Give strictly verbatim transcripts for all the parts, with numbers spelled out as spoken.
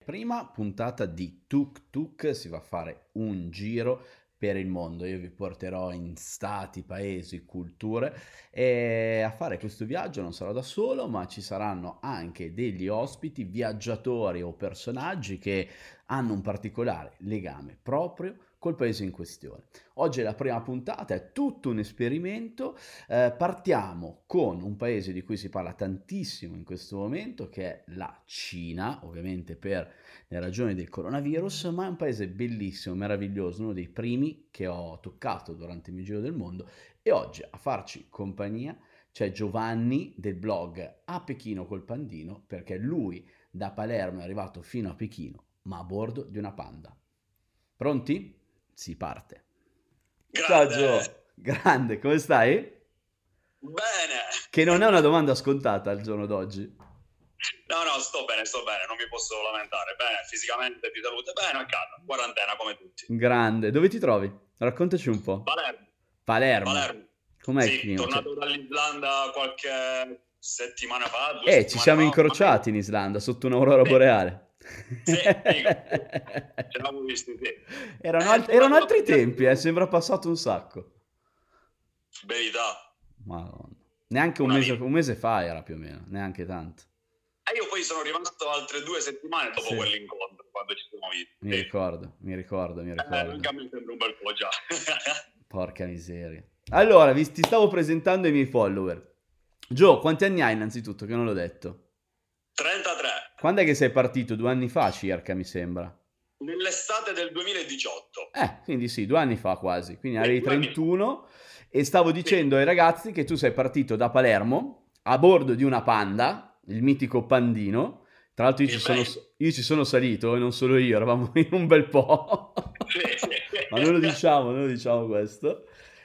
prima puntata di Tuk Tuk, si va a fare un giro per il mondo. Io vi porterò in stati, paesi, culture e a fare questo viaggio non sarò da solo, ma ci saranno anche degli ospiti, viaggiatori o personaggi che hanno un particolare legame proprio col paese in questione. Oggi è la prima puntata, è tutto un esperimento. Eh, partiamo con un paese di cui si parla tantissimo in questo momento, che è la Cina, ovviamente per le ragioni del coronavirus, ma è un paese bellissimo, meraviglioso, uno dei primi che ho toccato durante il mio giro del mondo. E oggi a farci compagnia c'è Giovanni del blog A Pechino col Pandino, perché lui da Palermo è arrivato fino a Pechino, ma a bordo di una Panda. Pronti? Si parte. Ciao Grande. Gio, grande, come stai? Bene. Che non è una domanda scontata al giorno d'oggi. No, no, sto bene, sto bene, non mi posso lamentare. Bene, fisicamente, di salute, bene, a casa, quarantena come tutti. Grande, dove ti trovi? Raccontaci un po'. Palermo. Palermo. Palermo. Com'è il Sì, clima? Cioè... tornato dall'Islanda qualche settimana fa, due Eh, settimane ci siamo fa. incrociati in Islanda sotto un'aurora Sì. boreale. Sì, dico, ce l'abbiamo visti, sì. Erano, Eh, alt- erano tornato altri da tempi, eh, sembra passato un sacco. Verità. Madonna. Neanche un Una mese, vita. un mese fa era più o meno, neanche tanto. E io poi sono rimasto altre due settimane dopo Sì. quell'incontro, quando ci siamo visti. Mi ricordo, mi ricordo, mi Eh, ricordo. anche a me sembra un bel po' già. Porca miseria. Allora, vi ti stavo presentando i miei follower. Gio, quanti anni hai innanzitutto, che non l'ho detto? trentatré. Quando è che sei partito? Due anni fa circa, mi sembra. Nell'estate del duemiladiciotto. Eh, quindi sì, due anni fa quasi. Quindi Sì, avevi due anni fa. trentuno e stavo dicendo Sì. ai ragazzi che tu sei partito da Palermo a bordo di una Panda, il mitico Pandino. Tra l'altro io ci Il sono, vecchio. io ci sono salito e non solo io, eravamo in un bel po'. Sì, sì. Ma non lo diciamo, non lo diciamo questo.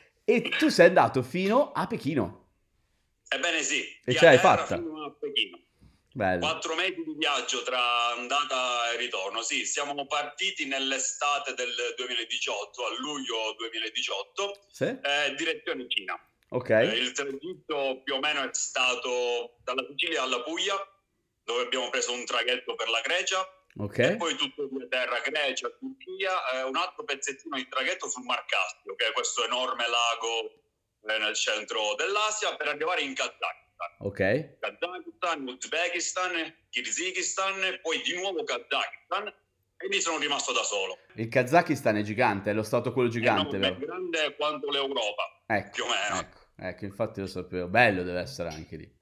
E tu sei andato fino a Pechino. Ebbene sì, E via ce l'hai terra fatta. fino a Pechino. Bello. Quattro mesi di viaggio tra andata e ritorno. Sì, siamo partiti nell'estate del duemiladiciotto, a luglio duemiladiciotto, Sì? eh, direzione Cina. Ok. Eh, il tragitto più o meno è stato dalla Sicilia alla Puglia, dove abbiamo preso un traghetto per la Grecia, Ok. e poi tutto via terra, Grecia, Turchia, eh, un altro pezzettino di traghetto sul Mar Caspio, che è questo enorme lago eh, nel centro dell'Asia, per arrivare in Kazakistan. Ok. Kazakistan, Uzbekistan, Kirghizistan, poi di nuovo Kazakistan, e lì sono rimasto da solo. Il Kazakistan è gigante, è lo stato quello gigante, È vero? grande quanto l'Europa, Ecco, più o meno. ecco, ecco, infatti lo sapevo. Bello deve essere anche lì.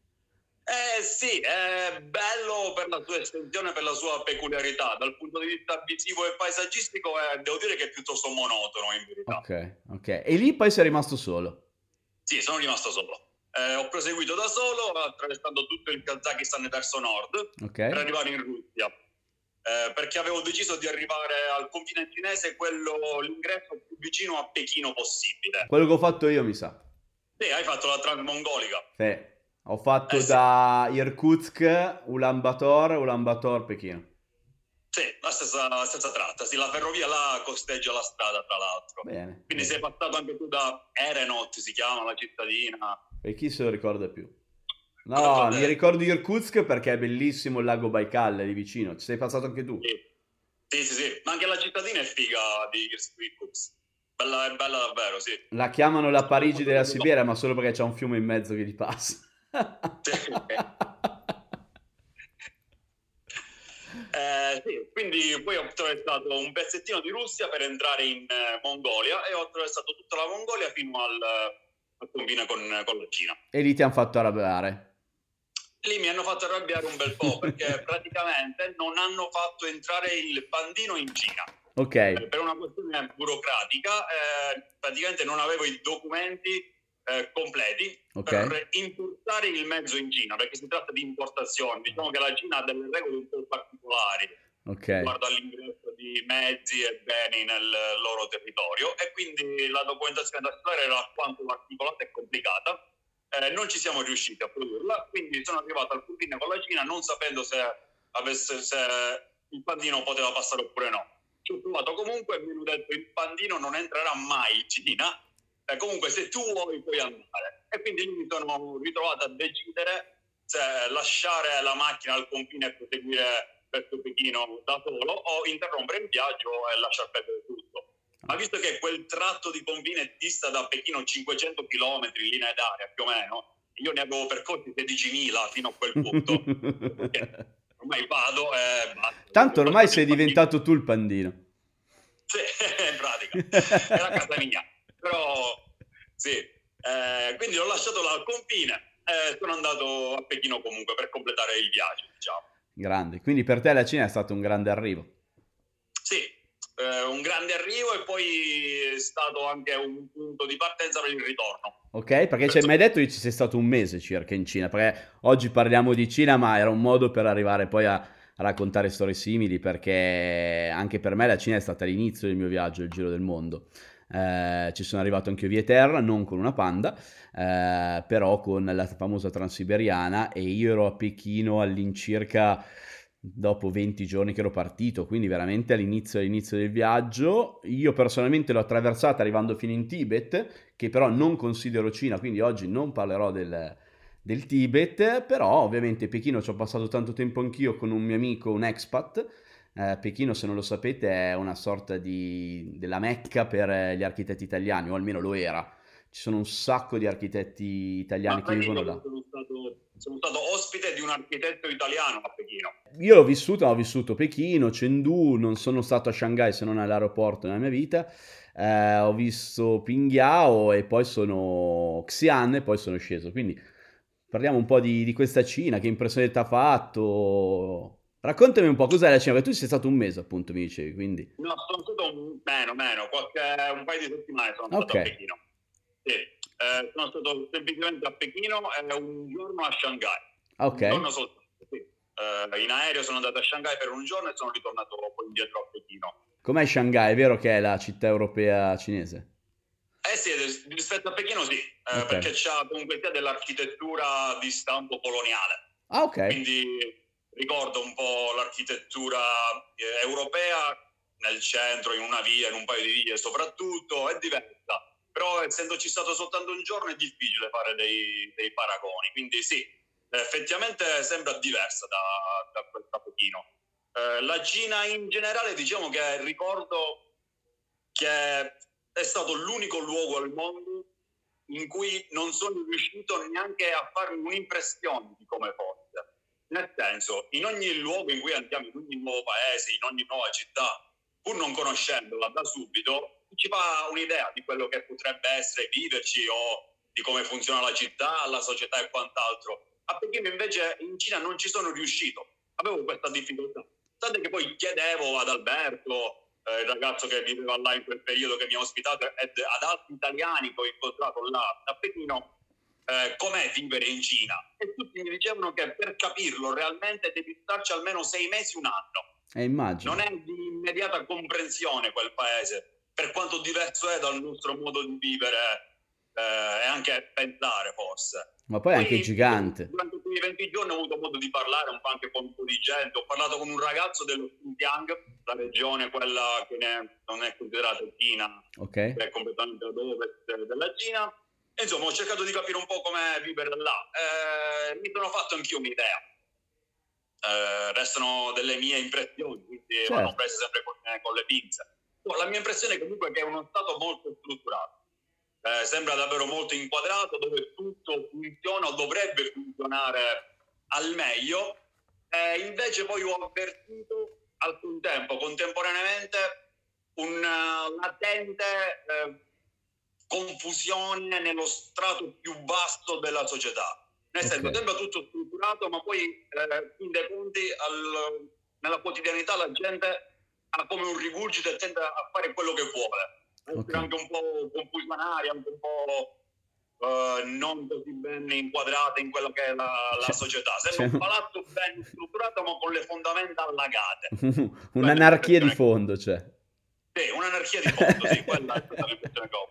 Eh sì, è bello per la sua estensione, per la sua peculiarità. Dal punto di vista visivo e paesaggistico eh, devo dire che è piuttosto monotono in verità. Ok, ok. E lì poi sei rimasto solo? Sì, sono rimasto solo. Eh, ho proseguito da solo, attraversando tutto il Kazakistan verso nord, Ok. per arrivare in Russia. Eh, perché avevo deciso di arrivare al confine cinese, quello, l'ingresso più vicino a Pechino possibile. Quello che ho fatto io, mi sa. Sì, hai fatto la transmongolica. Sì. Ho fatto Eh sì. da Irkutsk, Ulaanbaatar, Ulaanbaatar, Pechino. Sì, la stessa, la stessa tratta. Sì, la ferrovia là costeggia la strada, tra l'altro. Bene. Quindi bene. sei passato anche tu da Erenot, si chiama la cittadina. E chi se lo ricorda più? No, Cosa mi te- ricordo Irkutsk perché è bellissimo il lago Baikal lì vicino. Ci sei passato anche tu? Sì. Sì, sì, sì. Ma anche la cittadina è figa di Irkutsk. Bella, è bella davvero, sì. La chiamano la Parigi della Sì. Siberia, ma solo perché c'è un fiume in mezzo che gli passa. Eh, sì, quindi poi ho attraversato un pezzettino di Russia per entrare in eh, Mongolia, e ho attraversato tutta la Mongolia fino al, al confine con, con la Cina. E lì ti hanno fatto arrabbiare. Lì mi hanno fatto arrabbiare un bel po' perché praticamente non hanno fatto entrare il Pandino in Cina. Ok. Eh, per una questione burocratica, eh, praticamente non avevo i documenti eh, completi Ok. per importare il mezzo in Cina, perché si tratta di importazione. Diciamo che la Cina ha delle regole un po' particolari Ok. riguardo all'ingresso di mezzi e beni nel loro territorio, e quindi la documentazione da fare era alquanto articolata e complicata. Eh, non ci siamo riusciti a produrla, quindi sono arrivato al confine con la Cina non sapendo se, avesse, se il Pandino poteva passare oppure no. Ci ho provato comunque, mi hanno detto il Pandino non entrerà mai in Cina, eh, comunque se tu vuoi puoi andare. E quindi lì mi sono ritrovato a decidere se lasciare la macchina al confine e proseguire verso Pechino da solo o interrompere il viaggio e lasciar perdere tutto. Ma visto che quel tratto di confine dista da Pechino cinquecento chilometri in linea d'aria più o meno, io ne avevo percorsi sedicimila fino a quel punto, ormai vado e basta. Tanto ormai sei diventato tu il pandino. Sì, in pratica, è la casa mia, però sì, eh, quindi ho lasciato là al confine e sono andato a Pechino comunque per completare il viaggio, diciamo. Grande, quindi per te la Cina è stato un grande arrivo. Sì, eh, un grande arrivo e poi è stato anche un punto di partenza per il ritorno. Ok, perché ci hai mai detto che ci sei stato un mese circa in Cina, perché oggi parliamo di Cina, ma era un modo per arrivare poi a, a raccontare storie simili, perché anche per me la Cina è stata l'inizio del mio viaggio, il giro del mondo. Eh, ci sono arrivato anche io via terra, non con una Panda, eh, però con la famosa Transiberiana, e io ero a Pechino all'incirca dopo venti giorni che ero partito, quindi veramente all'inizio, all'inizio del viaggio. Io personalmente l'ho attraversata arrivando fino in Tibet, che però non considero Cina, quindi oggi non parlerò del, del Tibet, però ovviamente Pechino ci ho passato tanto tempo anch'io con un mio amico, un expat. Eh, Pechino, se non lo sapete, è una sorta di della Mecca per gli architetti italiani, o almeno lo era. Ci sono un sacco di architetti italiani Ma che vivono io là. sono stato, sono stato ospite di un architetto italiano a Pechino. Io l'ho vissuto, ho vissuto Pechino, Chengdu, non sono stato a Shanghai se non all'aeroporto nella mia vita. Eh, ho visto Pingyao e poi sono Xi'an e poi sono sceso. Quindi parliamo un po' di, di questa Cina, che impressione ti ha fatto? Raccontami un po' cos'è la Cina, perché tu sei stato un mese appunto, mi dicevi, quindi... No, sono stato un, meno, meno, qualche, un paio di settimane sono Ok, stato a Pechino. Sì, eh, sono stato semplicemente a Pechino e un giorno a Shanghai. ok. Un giorno soltanto, sì. Eh, in aereo sono andato a Shanghai per un giorno e sono ritornato poi indietro a Pechino. Com'è Shanghai? È vero che è la città europea cinese? Eh sì, rispetto a Pechino sì, eh, Ok. perché c'ha comunque sia dell'architettura di stampo coloniale. Ah, ok. Quindi ricordo un po' l'architettura eh, europea nel centro, in una via, in un paio di vie soprattutto, è diversa. Però essendoci stato soltanto un giorno è difficile fare dei, dei paragoni. Quindi sì, effettivamente sembra diversa da, da, da Pechino. Eh, la Cina in generale, diciamo che ricordo che è stato l'unico luogo al mondo in cui non sono riuscito neanche a farmi un'impressione di come fosse. Nel senso, in ogni luogo in cui andiamo, in ogni nuovo paese, in ogni nuova città, pur non conoscendola da subito, ci fa un'idea di quello che potrebbe essere viverci o di come funziona la città, la società e quant'altro. A Pechino invece in Cina non ci sono riuscito, avevo questa difficoltà. Tant'è che poi chiedevo ad Alberto, eh, il ragazzo che viveva là in quel periodo che mi ha ospitato, ed ad altri italiani che ho incontrato là a Pechino, eh, com'è vivere in Cina. E tutti mi dicevano che per capirlo realmente devi starci almeno sei mesi, un anno. Eh, immagino. Non è di immediata comprensione quel paese, per quanto diverso è dal nostro modo di vivere eh, e anche pensare forse. Ma poi è anche Poi gigante. durante quei venti giorni ho avuto modo di parlare un po' anche con un po' di gente. Ho parlato con un ragazzo dello Xinjiang, la regione quella che ne, non è considerata Cina, Ok. che è completamente ad ovest della Cina. E insomma, ho cercato di capire un po' com'è vivere là. Eh, mi sono fatto anch'io un'idea. Eh, restano delle mie impressioni, quindi Certo. vanno prese sempre con, con le pinze. La mia impressione è comunque che è uno stato molto strutturato. Eh, sembra davvero molto inquadrato, dove tutto funziona o dovrebbe funzionare al meglio. Eh, invece poi ho avvertito al contempo, contemporaneamente, un uh, latente eh, confusione nello strato più vasto della società. Nel senso, Ok. sembra tutto strutturato, ma poi eh, in dei conti al, nella quotidianità la gente ha come un rigurgito e tende a fare quello che vuole. Ok. Anche un po' confusionaria, anche un po' uh, non così ben inquadrata in quella che è la, la C'è- società. Sembra c'è un un- palazzo ben strutturato ma con le fondamenta allagate. Un'anarchia di Quella è l'impressione che ho. fondo, cioè. Sì, un'anarchia di fondo, sì, quella è stata l'impressione che ho.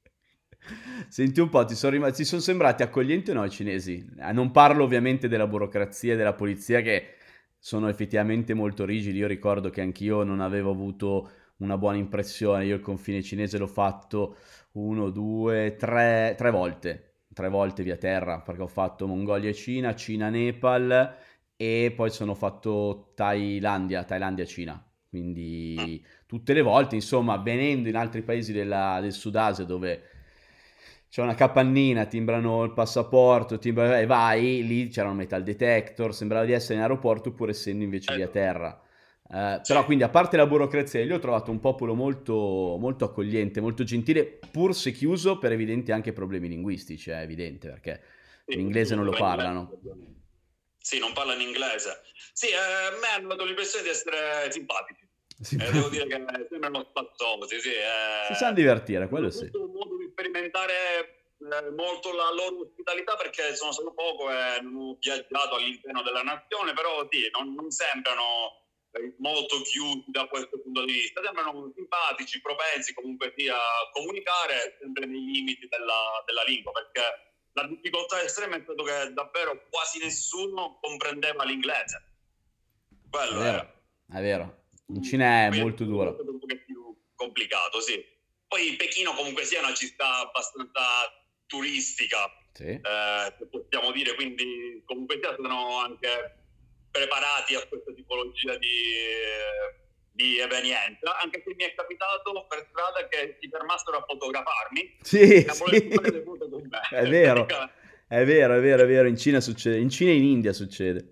Senti un po', ti sono, rim- ti sono sembrati accoglienti o no i cinesi? Eh, Non parlo ovviamente della burocrazia e della polizia che sono effettivamente molto rigidi. Io ricordo che anch'io non avevo avuto una buona impressione. Io il confine cinese l'ho fatto uno, due, tre, tre volte. Tre volte via terra, perché ho fatto Mongolia e Cina, Cina, Nepal e poi sono fatto Thailandia, Thailandia-Cina, Mm. quindi tutte le volte, insomma, venendo in altri paesi della- del Sud Asia dove c'è una capannina, timbrano il passaporto, timbra- e vai, lì c'era un metal detector, sembrava di essere in aeroporto pur essendo invece lì a Esatto. terra. Eh, Sì. però quindi a parte la burocrazia, io ho trovato un popolo molto, molto accogliente, molto gentile, pur se chiuso per evidenti anche problemi linguistici, è evidente, perché Sì, l'inglese nessuno non lo parla inglese, parlano. ovviamente. Sì, non parlano inglese. Sì, eh, a me hanno dato l'impressione di essere simpatici. Eh, devo dire Simpatici. che sembrano spazzosi, sì. Si sanno Eh, divertire, quello hanno sì. avuto modo di sperimentare eh, molto la loro ospitalità perché sono stato poco e non ho viaggiato all'interno della nazione, però sì, non, non sembrano eh, molto chiusi da questo punto di vista, sembrano simpatici, propensi comunque sia a comunicare sempre nei limiti della, della lingua, perché la difficoltà estrema è stato che davvero quasi nessuno comprendeva l'inglese. È Quello era. vero, è vero. In Mm. Cina è Quindi molto è duro. stato un pochettino complicato, sì. Poi Pechino comunque sia una città abbastanza turistica, Sì. eh, se possiamo dire, quindi comunque sia sono anche preparati a questa tipologia di, eh, di evenienza, anche se mi è capitato per strada che si fermassero a fotografarmi Sì, e a volersi fare le sì. foto con me. È vero, Praticamente. è vero, è vero, è vero. In Cina succede, in Cina e in India succede.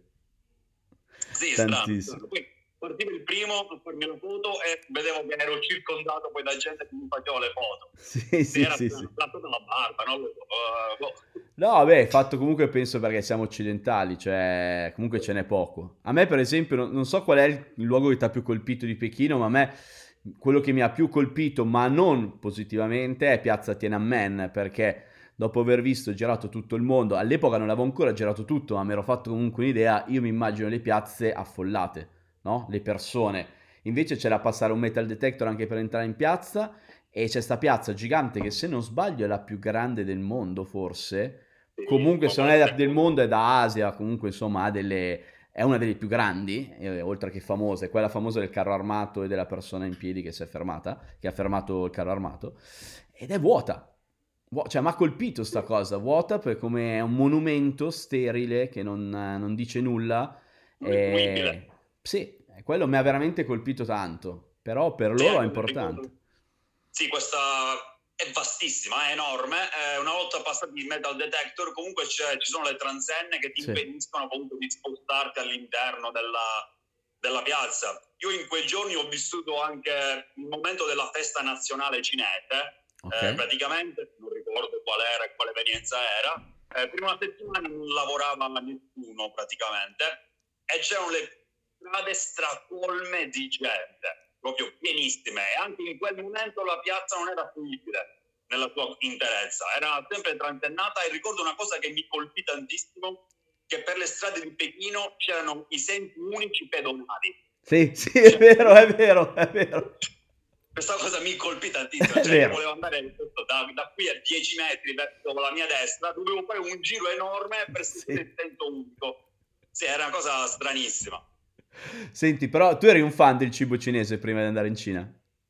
Sì, strano, Tantissimo. strano. Poi partivo il primo a farmi la foto e vedevo che ero circondato poi da gente che mi faceva le foto. Sì, Sì, sì, era sì, sì. tratto dalla barba, non lo so. Uh, boh. No, beh, fatto comunque penso perché siamo occidentali, cioè comunque ce n'è poco. A me, per esempio, non, non so qual è il luogo che ti ha più colpito di Pechino, ma a me quello che mi ha più colpito, ma non positivamente, è Piazza Tiananmen, perché dopo aver visto e girato tutto il mondo, all'epoca non avevo ancora girato tutto, ma mi ero fatto comunque un'idea, io mi immagino le piazze affollate, no? Le persone. Invece c'è da passare un metal detector anche per entrare in piazza e c'è sta piazza gigante che se non sbaglio è la più grande del mondo forse. Sì, Comunque se non è poco da- da del mondo è da Asia, comunque insomma ha delle, è una delle più grandi, eh, oltre che famosa, è quella famosa del carro armato e della persona in piedi che si è fermata, che ha fermato il carro armato, ed è vuota. Vuo- Cioè, mi ha colpito sta cosa, vuota per come è un monumento sterile che non, non dice nulla. non è fruibile. E... Sì, quello mi ha veramente colpito tanto, però per Sì, loro è anche se importante. ricordo. Sì, questa è vastissima, è enorme. Eh, una volta passati il metal detector, comunque c'è- ci sono le transenne che ti Sì, impediscono comunque di spostarti all'interno della, della piazza. Io in quei giorni ho vissuto anche il momento della festa nazionale cinese. ok. Eh, praticamente, non ricordo qual era e quale evenienza era. Eh, per una settimana non lavorava nessuno praticamente e c'erano le strade stracolme di gente, proprio pienissime, e anche in quel momento la piazza non era fruibile nella sua interezza, era sempre trantennata. E ricordo una cosa che mi colpì tantissimo, che per le strade di Pechino c'erano i segni unici pedonali. Sì, sì, è Cioè, vero, è vero, è vero. questa cosa mi colpì tantissimo, È cioè io vero. volevo andare da, da qui a dieci metri verso la mia destra, dovevo fare un giro enorme per seguire Sì. il senso unico. Sì, era una cosa stranissima. Senti, però tu eri un fan del cibo cinese prima di andare in Cina?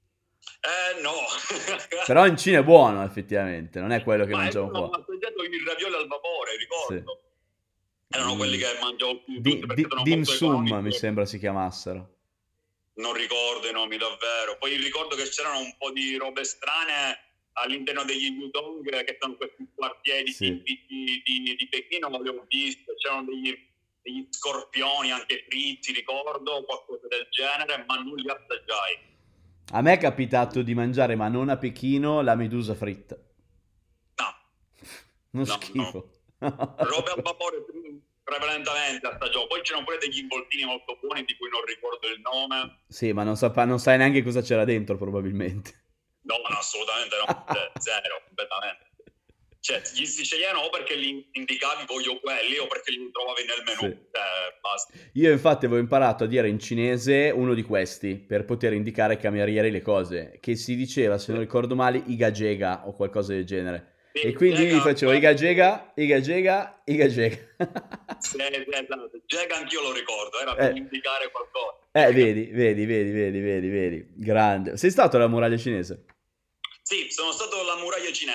Eh no. Però in Cina è buono, effettivamente, non è quello che Ma mangiamo avevo qua. assaggiato i ravioli al vapore, Sì. ricordo. Erano quelli I... che mangiavo più tutti Di, perché di, sono dim molto sum economici. mi sembra si chiamassero. Non ricordo i nomi davvero. Poi ricordo che c'erano un po' di robe strane all'interno degli Yudong, che sono questi quartieri Sì. tipici di, di, di Pechino, non li ho visti. C'erano degli, degli scorpioni anche fritti, ricordo, qualcosa del genere, ma non li assaggiai. A me è capitato di mangiare, ma non a Pechino, la medusa fritta. No, Non no, no. schifo. Robe al vapore prevalentemente assaggiavo. Poi c'erano pure degli involtini molto buoni di cui non ricordo il nome. Sì, ma non, sap- non sai neanche cosa c'era dentro, probabilmente. No, no, assolutamente no, cioè, zero, completamente. Cioè, gli siciliani o perché li indicavi voglio quelli o perché li trovavi nel menù. Sì. Eh, basta. Io infatti avevo imparato a dire in cinese uno di questi per poter indicare ai camerieri le cose, che si diceva, se non ricordo male, igajega o qualcosa del genere. Sì, E quindi io gli Jega, facevo igajega, igajega, igajega. sì, esatto. Jega anch'io lo ricordo, era per eh, indicare qualcosa. eh, Jega. vedi, vedi, vedi, vedi, vedi, vedi. Grande. Sei stato alla muraglia cinese? Sì, sono stato alla muraglia cinese.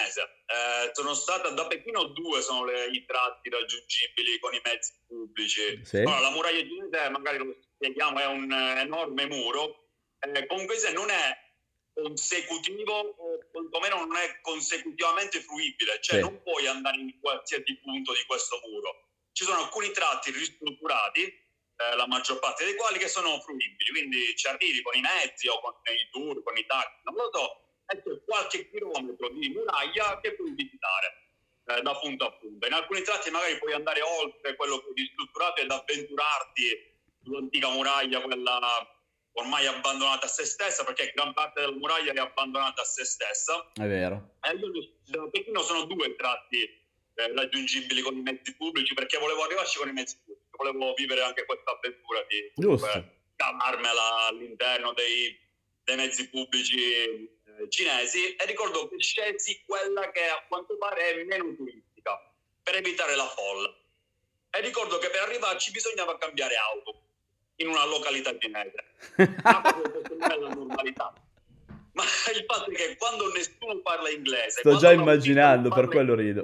eh, sono stata da Pechino, due sono le, i tratti raggiungibili con i mezzi pubblici. Sì. Allora, la muraglia cinese, magari lo spieghiamo, è un eh, enorme muro, eh, comunque se non è consecutivo o quantomeno non è consecutivamente fruibile, cioè Sì. non puoi andare in qualsiasi punto di questo muro. Ci sono alcuni tratti ristrutturati, eh, la maggior parte dei quali che sono fruibili, quindi ci arrivi con i mezzi o con i tour, con i taxi, non lo so, e c'è qualche chilometro di muraglia che puoi visitare eh, da punto a punto. In alcuni tratti magari puoi andare oltre quello che è ristrutturato ed avventurarti sull'antica muraglia, quella ormai abbandonata a se stessa, perché gran parte della muraglia è abbandonata a se stessa. È vero. E io da Pechino sono due tratti eh, raggiungibili con i mezzi pubblici, perché volevo arrivarci con i mezzi pubblici, volevo vivere anche questa avventura di cavarmela all'interno dei, dei mezzi pubblici eh, cinesi, e ricordo che scesi quella che a quanto pare è meno turistica per evitare la folla, e ricordo che per arrivarci bisognava cambiare auto in una località cinese, ma la normalità. Ma il fatto è che quando nessuno parla inglese, sto già immaginando, per quello rido.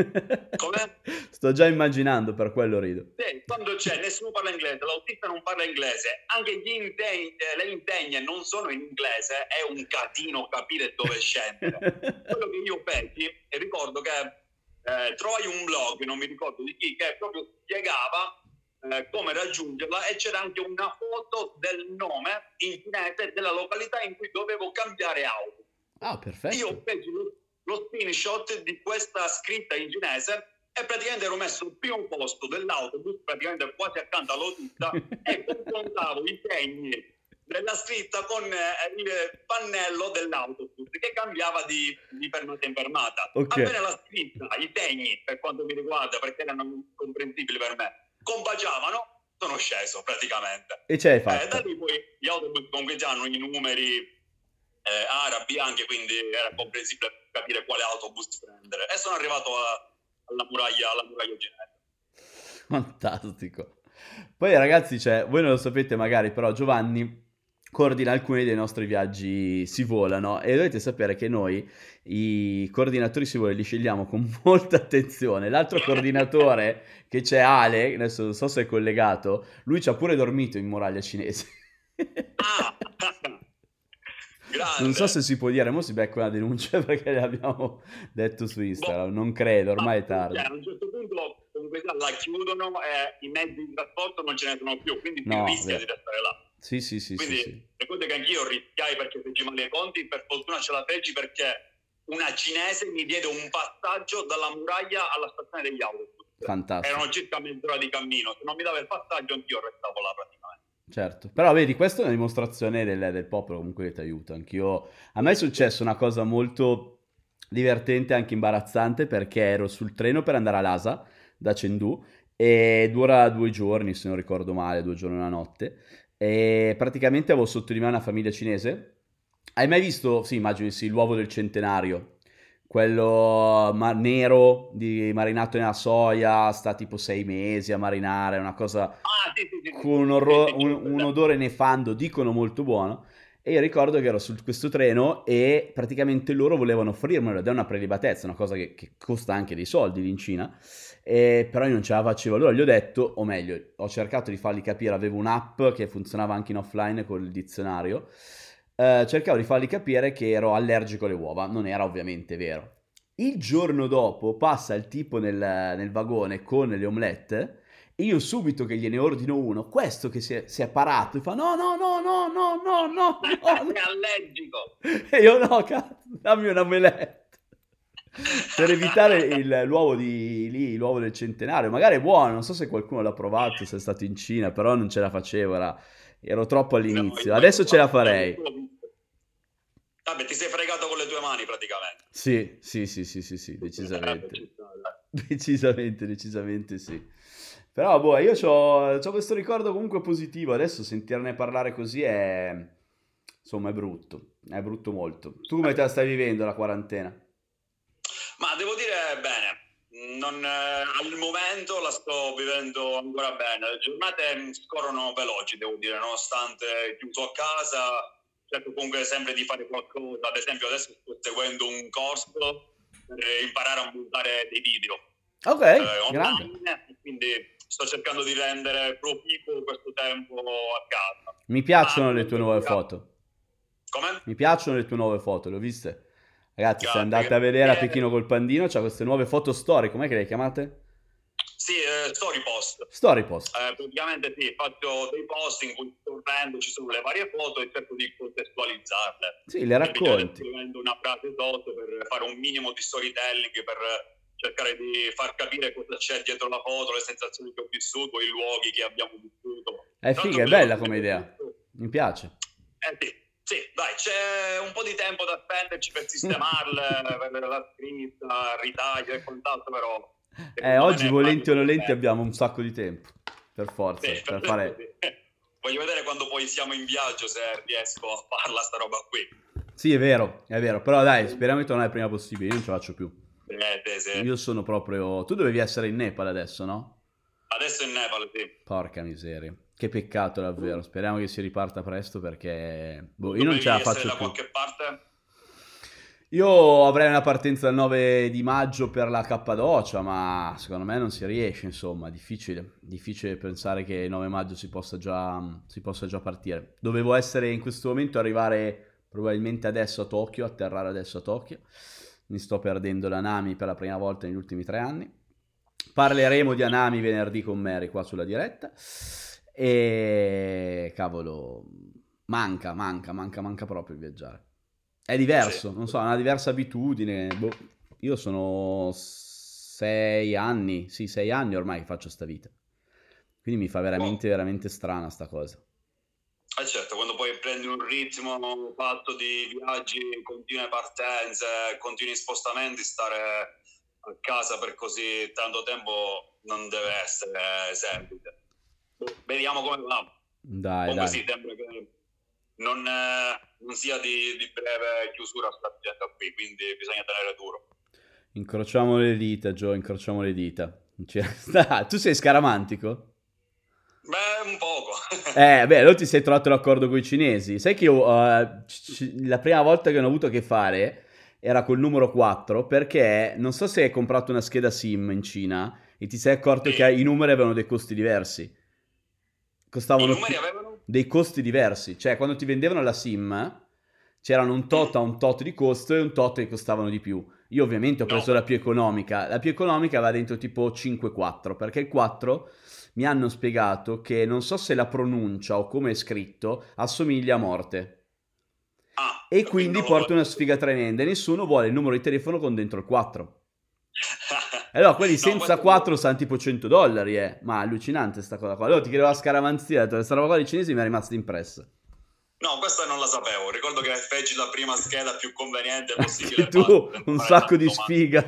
Come? Sto già immaginando, per quello rido. Sì, quando c'è nessuno parla inglese, l'autista non parla inglese, anche gli impegni, le impegne non sono in inglese, è un casino capire dove scendere. Quello che io feci, e ricordo che eh, trovai un blog, non mi ricordo di chi, che proprio spiegava Eh, come raggiungerla, e c'era anche una foto del nome in cinese della località in cui dovevo cambiare auto. Ah, perfetto. Io feci lo, lo screenshot di questa scritta in cinese e praticamente ero messo al primo posto dell'autobus, praticamente quasi accanto all'autista, e confrontavo i segni della scritta con eh, il pannello dell'autobus che cambiava di, di fermata in fermata. Okay. Appena la scritta, i segni, per quanto mi riguarda, perché erano incomprensibili per me, compagiavano, sono sceso praticamente. E ce l'hai fatta. Eh, da lì poi gli autobus comunque già hanno i numeri eh, arabi anche, quindi era comprensibile capire quale autobus prendere. E sono arrivato a, alla muraglia, alla muraglia cinese. Fantastico. Poi ragazzi, cioè, voi non lo sapete magari, però Giovanni coordina alcuni dei nostri viaggi Si Vola, no? E dovete sapere che noi i coordinatori Si Vola li scegliamo con molta attenzione. L'altro coordinatore che c'è, Ale, adesso non so se è collegato, lui ci ha pure dormito in muraglia cinese. Ah, grande. Non so se si può dire, mo si becca una denuncia perché l'abbiamo detto su Instagram, non credo, ormai è tardi. Cioè, a un certo punto comunque la chiudono e i mezzi di trasporto non ce ne sono più, quindi No, si rischia beh. di restare là. Sì, sì, sì, Quindi sì, sì. ricordo che anch'io rischiai perché feci male ai conti, per fortuna ce la feci perché una cinese mi diede un passaggio dalla muraglia alla stazione degli autobus. Fantastico. Erano circa mezz'ora di cammino, se non mi dava il passaggio anch'io restavo là praticamente. Certo, però vedi, questa è una dimostrazione del, del popolo comunque che ti aiuta. Anch'io, a me è successa una cosa molto divertente, anche imbarazzante, perché ero sul treno per andare a Lhasa da Chengdu e dura due giorni, se non ricordo male, due giorni e una notte, e praticamente avevo sotto di me una famiglia cinese. Hai mai visto, sì, immagino sì, l'uovo del centenario? Quello ma- nero, di, marinato nella soia, sta tipo sei mesi a marinare, una cosa Ah, sì, sì, sì. con un, orro- un, un odore nefando, dicono molto buono. E io ricordo che ero su questo treno e praticamente loro volevano offrirmelo, ed è una prelibatezza, una cosa che, che costa anche dei soldi lì in Cina, e però io non ce la facevo. Allora gli ho detto, o meglio, ho cercato di fargli capire, avevo un'app che funzionava anche in offline col dizionario, eh, cercavo di fargli capire che ero allergico alle uova, non era ovviamente vero. Il giorno dopo passa il tipo nel, nel vagone con le omelette e io subito che gliene ordino uno, questo che si è, si è parato e fa no, no, no, no, no, no, no, no, no. È allergico. E io no, cazzo, dammi una omelette. Per evitare il, l'uovo di lì, l'uovo del centenario, magari è buono, non so se qualcuno l'ha provato, se è stato in Cina, però non ce la facevo, era, ero troppo all'inizio, No, adesso ce la farei. Vabbè, ti sei fregato con le tue mani praticamente. Sì, sì, sì, sì, sì, sì, decisamente. Decisamente, decisamente sì. Però, boh, io c'ho, c'ho questo ricordo comunque positivo. Adesso sentirne parlare così è... insomma, è brutto. È brutto molto. Tu come te la stai vivendo la quarantena? Ma devo dire bene. Non, eh, al momento la sto vivendo ancora bene. Le giornate scorrono veloci, devo dire, nonostante chiuso a casa. Cerco comunque sempre di fare qualcosa. Ad esempio adesso sto seguendo un corso per imparare a montare dei video Ok, eh, grande. online, quindi sto cercando di rendere proficuo questo tempo a casa. Mi piacciono Ah, le tue nuove foto. come? Mi piacciono le tue nuove foto, le ho viste? Ragazzi, se Grazie, andate a vedere a grazie. Pechino col Pandino, c'ha queste nuove foto story, com'è che le chiamate? Sì, eh, story post. Story post. Eh, praticamente sì, faccio dei post in cui tornando ci sono le varie foto e cerco di contestualizzarle. Sì, le racconti. Scrivendo una frase sotto per fare un minimo di storytelling, per cercare di far capire cosa c'è dietro la foto, le sensazioni che ho vissuto, i luoghi che abbiamo vissuto. È figa, è bella come idea. Mi piace. Eh sì, sì, dai, c'è un po' di tempo da spenderci per sistemarle, per la scritta, ritaglio e quant'altro, però... Eh, oggi volenti o nolenti abbiamo un sacco di tempo, per forza, sì, per fare... Sì. Voglio vedere quando poi siamo in viaggio se riesco a farla sta roba qui. Sì, è vero, è vero, però dai, speriamo di tornare il prima possibile, io non ce la faccio più. Eh, sì. Io sono proprio... Tu dovevi essere in Nepal adesso, no? Adesso in Nepal, sì. Porca miseria. Che peccato davvero, speriamo che si riparta presto perché... Boh, io Dovevi non ce la faccio essere da più. qualche parte? Io avrei una partenza il nove di maggio per la Cappadocia, ma secondo me non si riesce, insomma, difficile. Difficile pensare che il nove maggio si possa già, si possa già partire. Dovevo essere in questo momento, arrivare probabilmente adesso a Tokyo, atterrare adesso a Tokyo. Mi sto perdendo la Nami per la prima volta negli ultimi tre anni. Parleremo di Anami venerdì con Mary qua sulla diretta. E cavolo, manca, manca, manca, manca proprio il viaggiare. È diverso, sì. Non so, è una diversa abitudine. Boh. Io sono sei anni, sì, sei anni ormai che faccio sta vita. Quindi mi fa veramente, oh. veramente strana sta cosa. Eh certo, quando poi prendi un ritmo fatto di viaggi, continue partenze, continui spostamenti, stare a casa per così tanto tempo non deve essere semplice. Vediamo come va. Dai, Comunque dai. sì, sembra che non, eh, non sia di, di breve chiusura sta vicenda qui, quindi bisogna tenere duro. Incrociamo le dita, Gio, incrociamo le dita. Cioè, tu sei scaramantico? Beh, un poco. eh, beh, allora ti sei trovato l'accordo con i cinesi. Sai che io, uh, c- la prima volta che ho avuto a che fare era col numero quattro, perché non so se hai comprato una scheda SIM in Cina e ti sei accorto sì. che i numeri avevano dei costi diversi. Costavano I numeri avevano? dei costi diversi. Cioè, quando ti vendevano la SIM, c'erano un tot a un tot di costo e un tot che costavano di più. Io ovviamente ho preso no. la più economica. La più economica va dentro tipo cinque quattro, perché il quattro mi hanno spiegato che non so se la pronuncia o come è scritto assomiglia a morte. Ah, e quindi porta una sfiga tremenda e nessuno vuole il numero di telefono con dentro il quattro. E allora quelli senza no, quattro stanno tipo cento dollari, eh. Ma allucinante sta cosa qua. Allora ti chiedevo la scaramanzia, questa roba qua dei cinesi mi è rimasta impressa. No, questa non la sapevo. Ricordo che feci la prima scheda più conveniente possibile. Anche tu, un sacco di sfiga.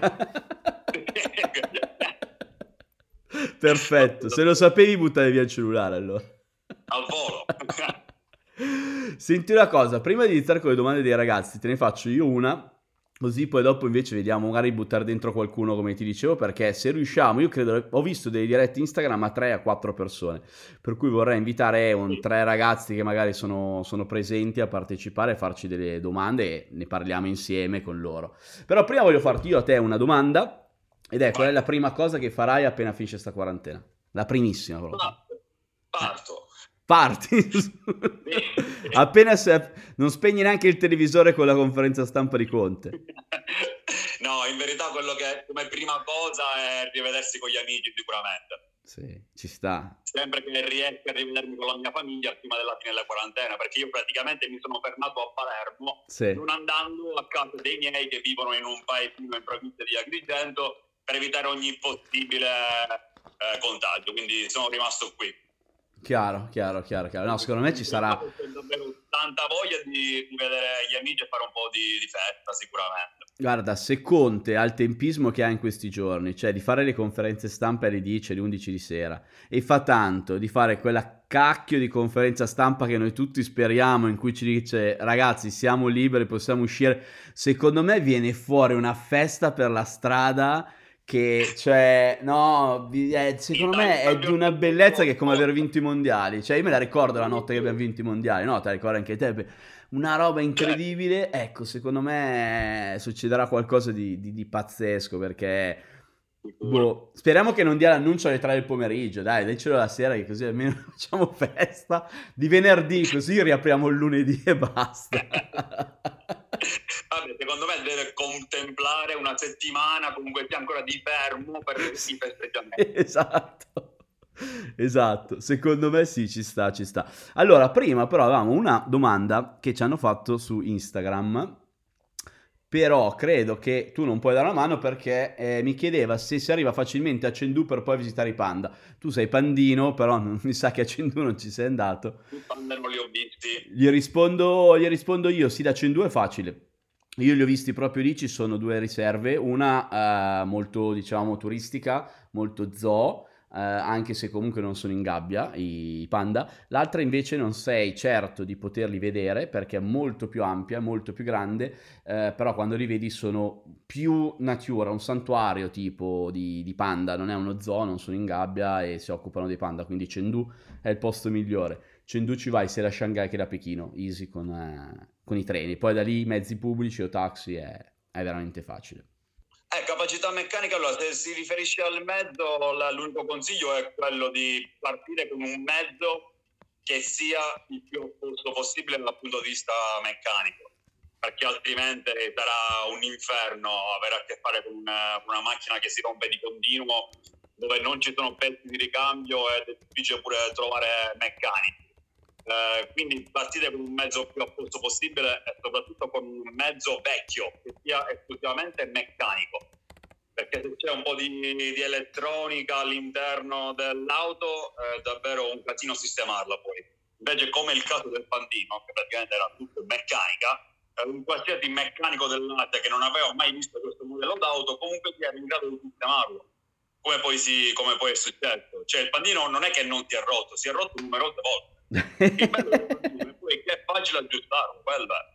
Perfetto, se lo sapevi buttavi via il cellulare allora. Al volo. Senti una cosa, prima di iniziare con le domande dei ragazzi, te ne faccio io una, così poi dopo invece vediamo magari buttare dentro qualcuno come ti dicevo, perché se riusciamo, io credo, ho visto dei diretti Instagram a tre a quattro persone, per cui vorrei invitare un, tre ragazzi che magari sono, sono presenti a partecipare, a farci delle domande e ne parliamo insieme con loro. Però prima voglio farti io a te una domanda, ed è qual è la prima cosa che farai appena finisce sta quarantena? La primissima proprio. Parto. Parti? Appena se... non spegni neanche il televisore con la conferenza stampa di Conte. No, in verità quello che come prima cosa è rivedersi con gli amici sicuramente. Sì, ci sta. Sempre che riesco a rivedermi con la mia famiglia prima della fine della quarantena, perché io praticamente mi sono fermato a Palermo, sì. non andando a casa dei miei che vivono in un paesino in provincia di Agrigento per evitare ogni possibile eh, contagio, quindi sono rimasto qui. Chiaro, chiaro, chiaro, chiaro. No, secondo me ci sarà... Ho davvero tanta voglia di, di vedere gli amici e fare un po' di, di festa, sicuramente. Guarda, se Conte ha il tempismo che ha in questi giorni, cioè di fare le conferenze stampa alle dieci, alle undici di sera, e fa tanto di fare quella cacchio di conferenza stampa che noi tutti speriamo, in cui ci dice ragazzi siamo liberi, possiamo uscire, secondo me viene fuori una festa per la strada che, cioè, no, vi- eh, secondo me è di una bellezza che è come aver vinto i mondiali. Cioè, io me la ricordo la notte che abbiamo vinto i mondiali, no? Te la ricordi anche te? Una roba Cioè, incredibile. Ecco, secondo me succederà qualcosa di, di- di pazzesco perché, sicuro. boh, speriamo che non dia l'annuncio alle tre del pomeriggio. Dai, dicelo la sera che così almeno facciamo festa di venerdì, così riapriamo il lunedì e basta. Vabbè, secondo me deve contemplare una settimana comunque sia ancora di fermo per i festeggiamenti. Esatto. Esatto, secondo me sì, ci sta, ci sta. Allora, prima però avevamo una domanda che ci hanno fatto su Instagram, però credo che tu non puoi dare una mano perché eh, mi chiedeva se si arriva facilmente a Chengdu per poi visitare i panda. Tu sei pandino, però non- mi sa che a Chengdu non ci sei andato. I panda non li ho visti. Gli rispondo, gli rispondo io, sì, da Chengdu è facile. Io li ho visti proprio lì, ci sono due riserve, una eh, molto, diciamo, turistica, molto zoo, eh, anche se comunque non sono in gabbia i panda. L'altra invece non sei certo di poterli vedere perché è molto più ampia, molto più grande, eh, però quando li vedi sono più natura, un santuario tipo di, di panda, non è uno zoo, non sono in gabbia e si occupano dei panda, quindi Chengdu è il posto migliore. Chengdu ci vai sia da Shanghai che da Pechino, easy con, eh, con i treni. Poi da lì mezzi pubblici o taxi è, è veramente facile. Eh, capacità meccanica, allora, se si riferisce al mezzo, la- l'unico consiglio è quello di partire con un mezzo che sia il più opposto possibile dal punto di vista meccanico, perché altrimenti sarà un inferno avere a che fare con una, con una macchina che si rompe di continuo, dove non ci sono pezzi di ricambio ed è difficile pure trovare meccanici. Eh, quindi partire con un mezzo più a posto possibile e soprattutto con un mezzo vecchio che sia esclusivamente meccanico, perché se c'è un po' di, di elettronica all'interno dell'auto è davvero un casino sistemarla poi. Invece come il caso del Pandino, che praticamente era tutto meccanica, eh, un qualsiasi meccanico del latte che non aveva mai visto questo modello d'auto comunque si era in grado di sistemarlo. Come poi, si, come poi è successo. Cioè il Pandino non è che non si è rotto, si è rotto numerose volte. Il bello del Pandino è poi che è facile aggiustarlo, quello è.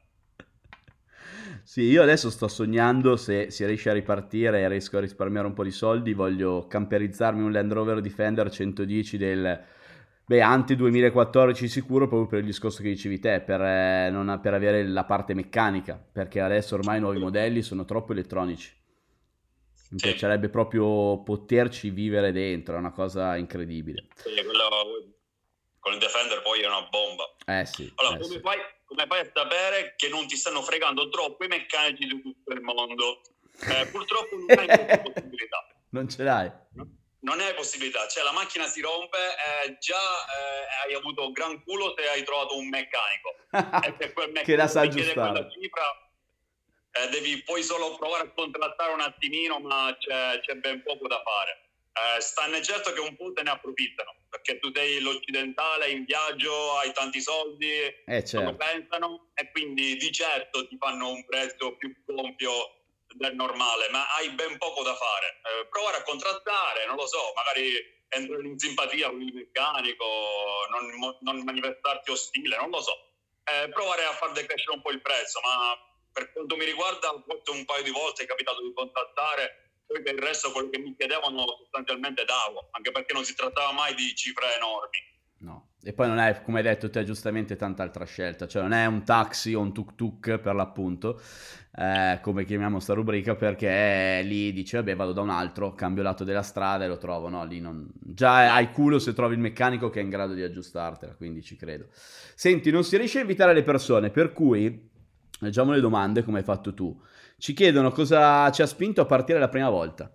Sì, io adesso sto sognando se si riesce a ripartire e riesco a risparmiare un po' di soldi, voglio camperizzarmi un Land Rover Defender centodieci del, beh, ante duemilaquattordici sicuro, proprio per il discorso che dicevi te, per, eh, non- per avere la parte meccanica, perché adesso ormai i nuovi modelli sono troppo elettronici. Mi Sì, piacerebbe proprio poterci vivere dentro, è una cosa incredibile. sì, quello con il Defender poi è una bomba. Eh sì, Allora, eh come sì. fai, come fai a sapere che non ti stanno fregando troppo i meccanici di tutto il mondo? Eh, purtroppo non hai questa possibilità. Non ce l'hai? No? Non hai possibilità, cioè la macchina si rompe e già eh, hai avuto gran culo se hai trovato un meccanico. E se quel Che la meccanico sa ti chiede quella aggiustare. cifra, eh, devi poi solo provare a contrattare un attimino, ma c'è, c'è ben poco da fare. Eh, stanne certo che un po' te ne approfittano, perché tu sei l'occidentale in viaggio, hai tanti soldi, Eh non lo certo. pensano e quindi di certo ti fanno un prezzo più gonfio del normale, ma hai ben poco da fare. Eh, provare a contrattare, non lo so, magari entrare in simpatia con il meccanico, non, non manifestarti ostile, non lo so. Eh, provare a far decrescere un po' il prezzo, ma per quanto mi riguarda, forse un paio di volte è capitato di contattare, poi per il resto quello che mi chiedevano sostanzialmente davo, anche perché non si trattava mai di cifre enormi. No. E poi non è, come hai detto te, giustamente tanta altra scelta. Cioè non è un taxi o un tuk-tuk per l'appunto, eh, come chiamiamo sta rubrica, perché lì dici, vabbè, vado da un altro, cambio lato della strada e lo trovo. No, lì non... Già hai culo se trovi il meccanico che è in grado di aggiustartela, quindi ci credo. Senti, non si riesce a invitare le persone, per cui, leggiamo le domande come hai fatto tu. Ci chiedono cosa ci ha spinto a partire la prima volta.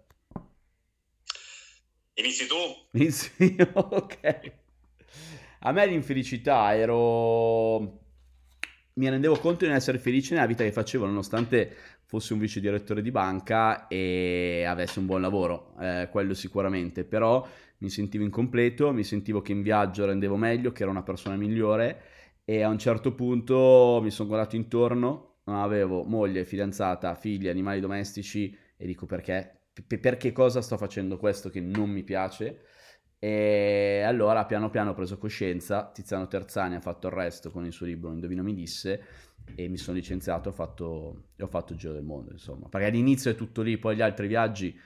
Inizi tu? Sì, ok. A me l'infelicità ero... Mi rendevo conto di non essere felice nella vita che facevo, nonostante fossi un vice direttore di banca e avessi un buon lavoro, eh, quello sicuramente, però mi sentivo incompleto, mi sentivo che in viaggio rendevo meglio, che ero una persona migliore e a un certo punto mi sono guardato intorno, non avevo moglie, fidanzata, figli, animali domestici e dico perché? P- per che cosa sto facendo questo che non mi piace? E allora piano piano ho preso coscienza, Tiziano Terzani ha fatto il resto con il suo libro Indovino mi disse e mi sono licenziato e ho fatto, e ho fatto il giro del mondo, insomma, perché all'inizio è tutto lì, poi gli altri viaggi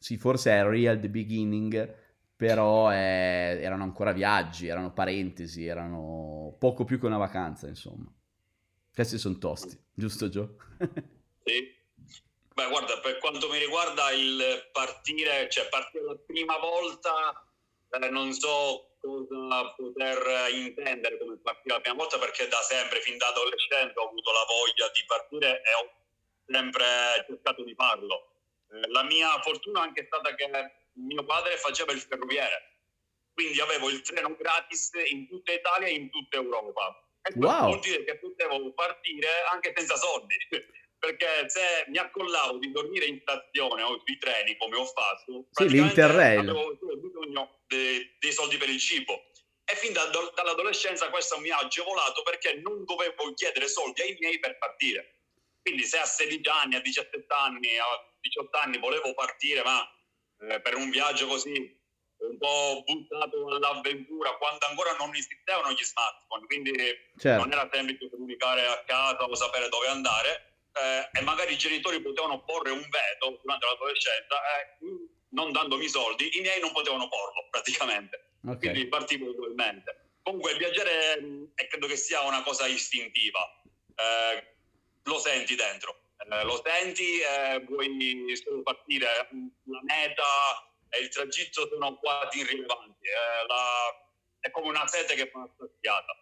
sì, forse è Real the Beginning, però eh, erano ancora viaggi, erano parentesi, erano poco più che una vacanza, insomma. Questi sono tosti, giusto Gio? Sì. Beh, guarda, per quanto mi riguarda il partire, cioè partire la prima volta, eh, non so cosa poter intendere come partire la prima volta, perché da sempre, fin da adolescente, ho avuto la voglia di partire e ho sempre cercato di farlo. Eh, la mia fortuna è anche stata che mio padre faceva il ferroviere, quindi avevo il treno gratis in tutta Italia e in tutta Europa. E questo Wow! vuol dire che potevo partire anche senza soldi. Perché se mi accollavo di dormire in stazione o sui treni come ho fatto, Sì, praticamente l'Interrail. avevo solo bisogno de- dei soldi per il cibo. E fin da, dall'adolescenza questo mi ha agevolato perché non dovevo chiedere soldi ai miei per partire. Quindi se a sedici anni, a diciassette anni, a diciotto anni volevo partire, ma eh, per un viaggio così un po' buttato all'avventura, quando ancora non esistevano gli smartphone, quindi Certo. non era semplice comunicare a casa o sapere dove andare, eh, e magari i genitori potevano porre un veto durante l'adolescenza, eh, non dandomi soldi, i miei non potevano porlo praticamente. Ok. Quindi partivo ugualmente. Comunque il viaggiare eh, credo che sia una cosa istintiva, eh, lo senti dentro, eh, lo senti, eh, vuoi solo partire, la meta e il tragitto sono quasi irrilevanti, eh, la, è come una sete che fa una saziata,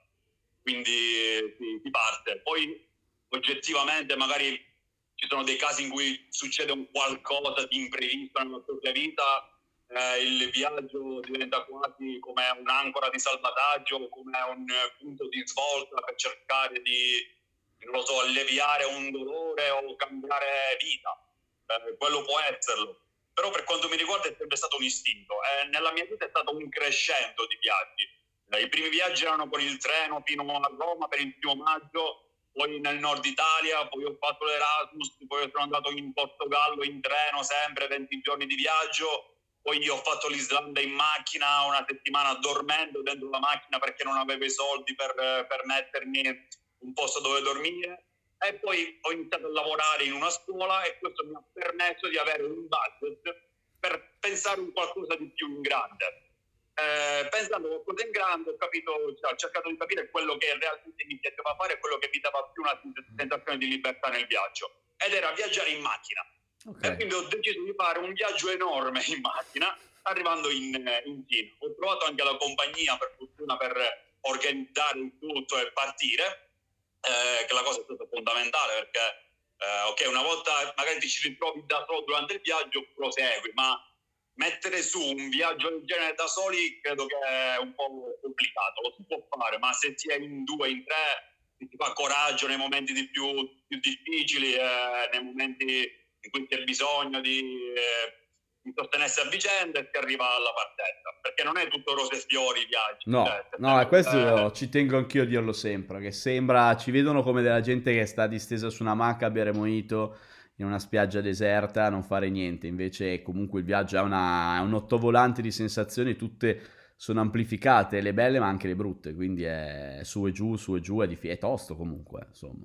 quindi si, si parte. Poi oggettivamente magari ci sono dei casi in cui succede un qualcosa di imprevisto nella propria vita, eh, il viaggio diventa quasi come un'ancora di salvataggio, come un punto di svolta per cercare di, non lo so, alleviare un dolore o cambiare vita. Eh, quello può esserlo. Però per quanto mi riguarda è sempre stato un istinto. Eh, nella mia vita è stato un crescendo di viaggi. Eh, I primi viaggi erano con il treno fino a Roma per il primo maggio, poi nel nord Italia, poi ho fatto l'Erasmus, poi sono andato in Portogallo in treno, sempre venti giorni di viaggio, poi ho fatto l'Islanda in macchina una settimana dormendo dentro la macchina perché non avevo i soldi per, per mettermi un posto dove dormire, e poi ho iniziato a lavorare in una scuola e questo mi ha permesso di avere un budget per pensare un qualcosa di più in grande. Eh, pensando qualcosa in grande ho capito, cioè, ho cercato di capire quello che realmente mi piaceva fare e quello che mi dava più una sensazione di libertà nel viaggio, ed era viaggiare in macchina. Okay. E quindi ho deciso di fare un viaggio enorme in macchina arrivando in, in Cina. Ho trovato anche la compagnia, per fortuna, per organizzare il tutto e partire, eh, che la cosa è stata fondamentale perché eh, ok, una volta magari ti ci ritrovi da solo durante il viaggio, prosegui, ma mettere su un viaggio del genere da soli credo che è un po' complicato. Lo si può fare, ma se si è in due, in tre, si fa coraggio nei momenti di più, più difficili, eh, nei momenti in cui c'è bisogno di, eh, di sostenersi a vicenda, e si arriva alla partenza, perché non è tutto rose e fiori i viaggi. No, cioè, no, e questo eh, ci tengo anch'io a dirlo sempre, che sembra, ci vedono come della gente che sta distesa su una macca a bere mojito in una spiaggia deserta, a non fare niente, invece comunque il viaggio è, una, è un ottovolante di sensazioni, tutte sono amplificate, le belle ma anche le brutte, quindi è su e giù, su e giù, è, dif- è tosto comunque, insomma.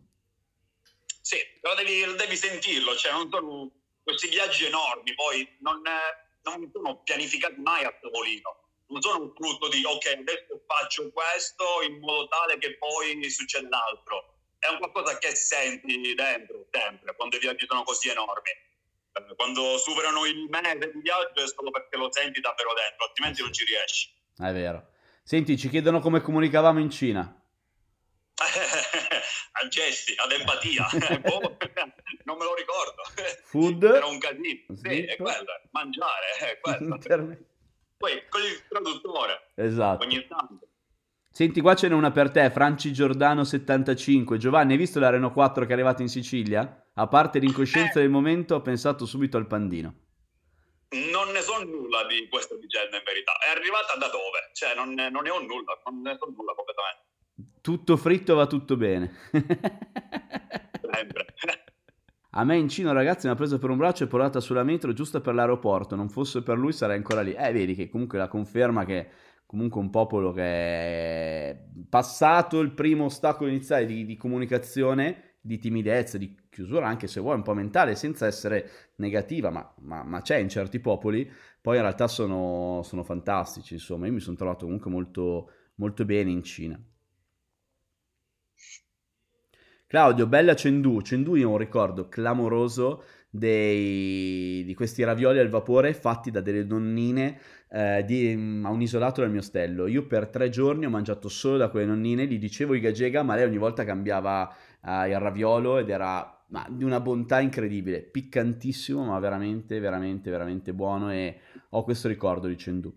Sì, però devi, devi sentirlo, cioè non sono questi viaggi enormi, poi non, non sono pianificati mai a tavolino, non sono un frutto di ok, adesso faccio questo in modo tale che poi succeda l'altro. È un qualcosa che senti dentro sempre quando i viaggi sono così enormi. Quando superano il mese di viaggio è solo perché lo senti davvero dentro, altrimenti non ci riesci. È vero. Senti, ci chiedono come comunicavamo in Cina. A gesti, ad empatia. Boh, non me lo ricordo. Food. Era un casino. Sleep. Sì, è quello, mangiare, è quello. Internet. Poi con il traduttore. Esatto. Ogni tanto. Senti, qua ce n'è una per te, Franci Giordano settantacinque. Giovanni, hai visto la Renault quattro che è arrivata in Sicilia? A parte l'incoscienza Eh, del momento, ho pensato subito al pandino. non ne so nulla di questa vicenda in verità. È arrivata da dove? Cioè, non ne, non ne ho nulla, non ne so nulla completamente. Tutto fritto va tutto bene. Sempre. A me in Cina un ragazzo mi ha preso per un braccio e portata sulla metro giusto per l'aeroporto. Non fosse per lui sarei ancora lì. Eh, vedi che comunque la conferma che comunque un popolo che è passato il primo ostacolo iniziale di, di comunicazione, di timidezza, di chiusura, anche se vuoi un po' mentale, senza essere negativa, ma, ma, ma c'è in certi popoli, poi in realtà sono, sono fantastici, insomma, io mi sono trovato comunque molto, molto bene in Cina. Claudio, bella Chengdu. Chengdu io ho un ricordo clamoroso dei- di questi ravioli al vapore fatti da delle donnine eh, di- a un isolato del mio ostello. Io per tre giorni ho mangiato solo da quelle nonnine, gli dicevo i gagega, ma lei ogni volta cambiava eh, il raviolo ed era ma, di una bontà incredibile, piccantissimo, ma veramente, veramente, veramente buono e ho questo ricordo di Chengdu.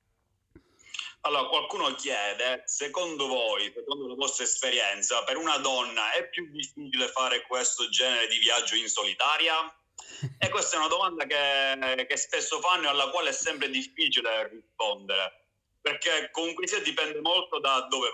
Allora, qualcuno chiede, secondo voi, secondo la vostra esperienza, per una donna è più difficile fare questo genere di viaggio in solitaria? E questa è una domanda che, che spesso fanno e alla quale è sempre difficile rispondere, perché comunque sia dipende molto da dove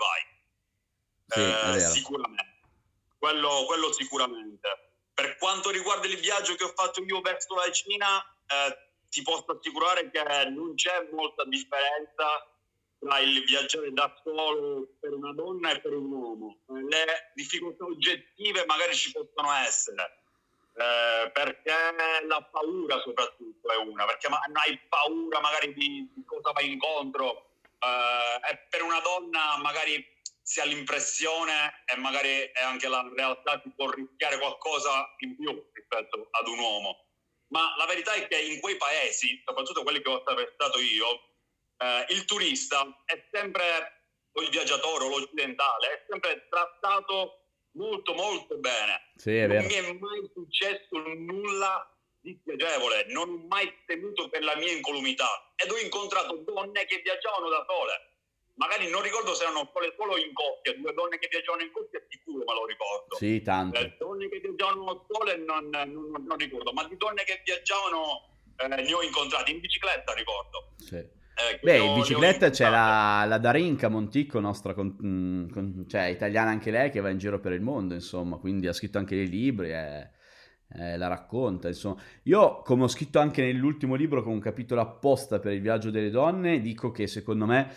Sì, è vai, eh, vero. sicuramente, quello, quello sicuramente. Per quanto riguarda il viaggio che ho fatto io verso la Cina, eh, ti posso assicurare che non c'è molta differenza tra il viaggiare da solo per una donna e per un uomo. Le difficoltà oggettive magari ci possono essere, eh, perché la paura soprattutto è una, perché ma- hai paura magari di, di cosa vai incontro, eh, e per una donna magari si ha l'impressione e magari è anche la realtà, si può rischiare qualcosa in più rispetto ad un uomo. Ma la verità è che in quei paesi, soprattutto quelli che ho attraversato io, eh, il turista è sempre, o il viaggiatore o l'occidentale, è sempre trattato molto molto bene. Sì, è Non vero. mi è mai successo nulla di spiacevole, non ho mai temuto per la mia incolumità ed ho incontrato donne che viaggiavano da sole. Magari non ricordo se erano sole solo in coppia, due donne che viaggiavano in coppia sicuro me lo ricordo. Sì, tante. Eh, donne che viaggiavano sole non, non, non ricordo, ma di donne che viaggiavano eh, ne ho incontrate in bicicletta, ricordo. Sì. Eh, Beh, le in ho, le ho bicicletta c'è incontrate. la, la Darinka Monticco, nostra, con- mm, con- cioè italiana anche lei, che va in giro per il mondo, insomma, quindi ha scritto anche dei libri e eh, la racconta, insomma. Io, come ho scritto anche nell'ultimo libro, con un capitolo apposta per il viaggio delle donne, dico che secondo me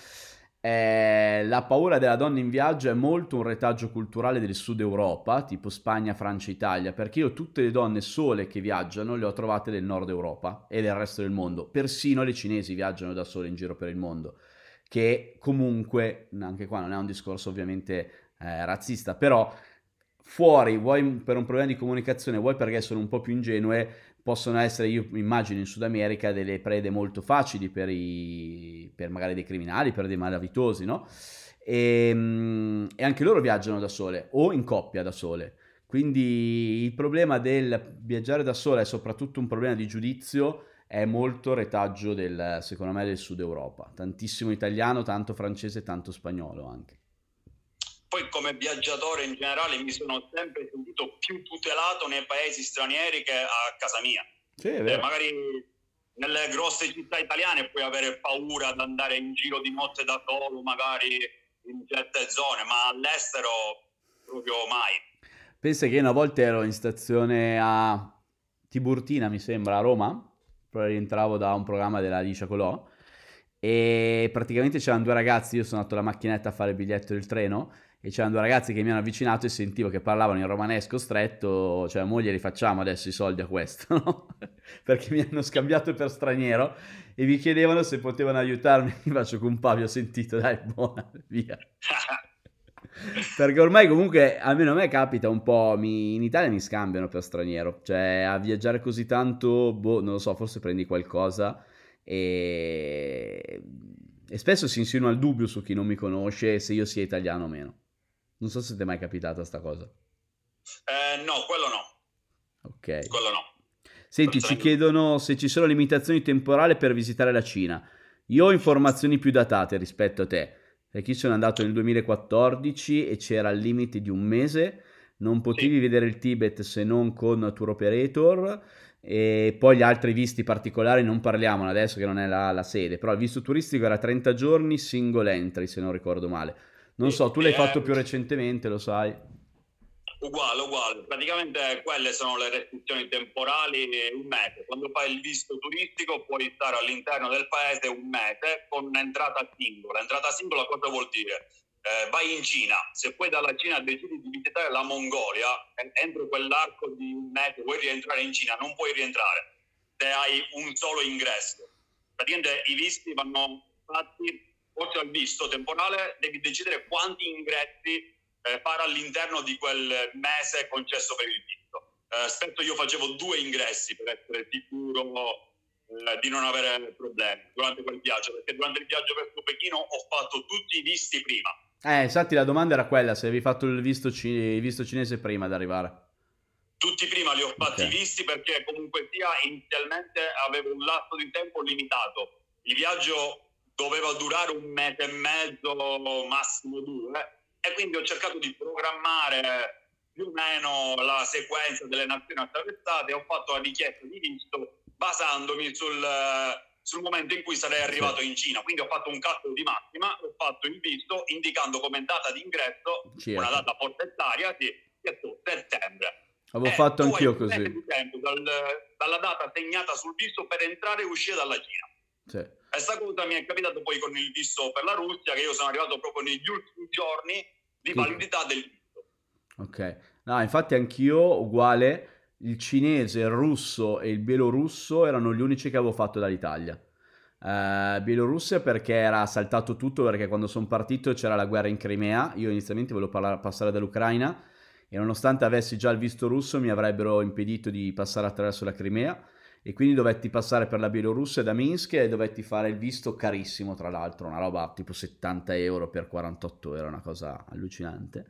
eh, la paura della donna in viaggio è molto un retaggio culturale del sud Europa, tipo Spagna, Francia, Italia, perché io tutte le donne sole che viaggiano le ho trovate del nord Europa e del resto del mondo. Persino le cinesi viaggiano da sole in giro per il mondo, che comunque, anche qua non è un discorso ovviamente eh, razzista, però fuori, vuoi per un problema di comunicazione, vuoi perché sono un po' più ingenue, possono essere, io immagino in Sud America, delle prede molto facili per, i, per magari dei criminali, per dei malavitosi, no? E, mm, e anche loro viaggiano da sole o in coppia da sole. Quindi il problema del viaggiare da sola è soprattutto un problema di giudizio, è molto retaggio del, secondo me, del Sud Europa. Tantissimo italiano, tanto francese, tanto spagnolo anche. Poi come viaggiatore in generale mi sono sempre sentito più tutelato nei paesi stranieri che a casa mia. Sì, è Cioè, vero. magari nelle grosse città italiane puoi avere paura ad andare in giro di notte da solo, magari in certe zone, ma all'estero proprio mai. Pensa che io una volta ero in stazione a Tiburtina, mi sembra, a Roma, poi rientravo da un programma della Licia Colò e praticamente c'erano due ragazzi, io sono andato alla macchinetta a fare il biglietto del treno e c'erano due ragazzi che mi hanno avvicinato e sentivo che parlavano in romanesco stretto, cioè moglie li facciamo adesso i soldi a questo, no? Perché mi hanno scambiato per straniero e mi chiedevano se potevano aiutarmi, mi faccio con Pavio, ho sentito, dai, buona, via. Perché ormai comunque, almeno a me capita un po', mi- in Italia mi scambiano per straniero, cioè a viaggiare così tanto, boh, non lo so, forse prendi qualcosa e, e spesso si insinua il dubbio su chi non mi conosce se io sia italiano o meno. Non so se ti è mai capitata sta cosa. Eh, no, quello no, Ok. quello no. Senti, ci Personalmente no. chiedono se ci sono limitazioni temporali per visitare la Cina. Io ho informazioni più datate rispetto a te, perché io sono andato nel duemilaquattordici e c'era il limite di un mese, non potevi Sì. vedere il Tibet se non con tour operator e poi gli altri visti particolari non parliamone adesso che non è la, la sede, però il visto turistico era trenta giorni single entry se non ricordo male. Non Sì, so, tu sì, l'hai fatto è più recentemente, lo sai? uguale, uguale. Praticamente quelle sono le restrizioni temporali, un mese. Quando fai il visto turistico puoi stare all'interno del paese un mese con un'entrata singola. Entrata singola cosa vuol dire? eh, vai in Cina, se poi dalla Cina decidi di visitare la Mongolia, entro quell'arco di un mese vuoi rientrare in Cina, non puoi rientrare se hai un solo ingresso. Praticamente i visti vanno fatti, oltre al visto temporale, devi decidere quanti ingressi eh, fare all'interno di quel mese concesso per il visto. Eh, spesso io facevo due ingressi per essere sicuro eh, di non avere problemi durante quel viaggio, perché durante il viaggio verso Pechino ho fatto tutti i visti prima. Eh, infatti la domanda era quella, se avevi fatto il visto, ci- il visto cinese prima di arrivare. Tutti prima li ho fatti Ok. visti perché comunque sia inizialmente avevo un lasso di tempo limitato. Il viaggio doveva durare un mese e mezzo, massimo due, e quindi ho cercato di programmare più o meno la sequenza delle nazioni attraversate e ho fatto la richiesta di visto basandomi sul, sul momento in cui sarei arrivato in Cina. Quindi ho fatto un calcolo di massima, ho fatto il visto indicando come data di ingresso Certo. una data forfettaria di settembre. Avevo Eh, fatto tu anch'io hai un mese così. di tempo dal- dalla data segnata sul visto per entrare e uscire dalla Cina. Sì. E sta cosa mi è capitato poi con il visto per la Russia, che io sono arrivato proprio negli ultimi giorni di Che- validità del visto. Ok. No, infatti anch'io uguale, il cinese, il russo e il bielorusso erano gli unici che avevo fatto dall'Italia. Eh, Bielorussia perché era saltato tutto, perché quando sono partito c'era la guerra in Crimea, io inizialmente volevo parla- passare dall'Ucraina e nonostante avessi già il visto russo mi avrebbero impedito di passare attraverso la Crimea e quindi dovetti passare per la Bielorussia da Minsk e dovetti fare il visto carissimo, tra l'altro, una roba tipo settanta euro per quarantotto ore, una cosa allucinante.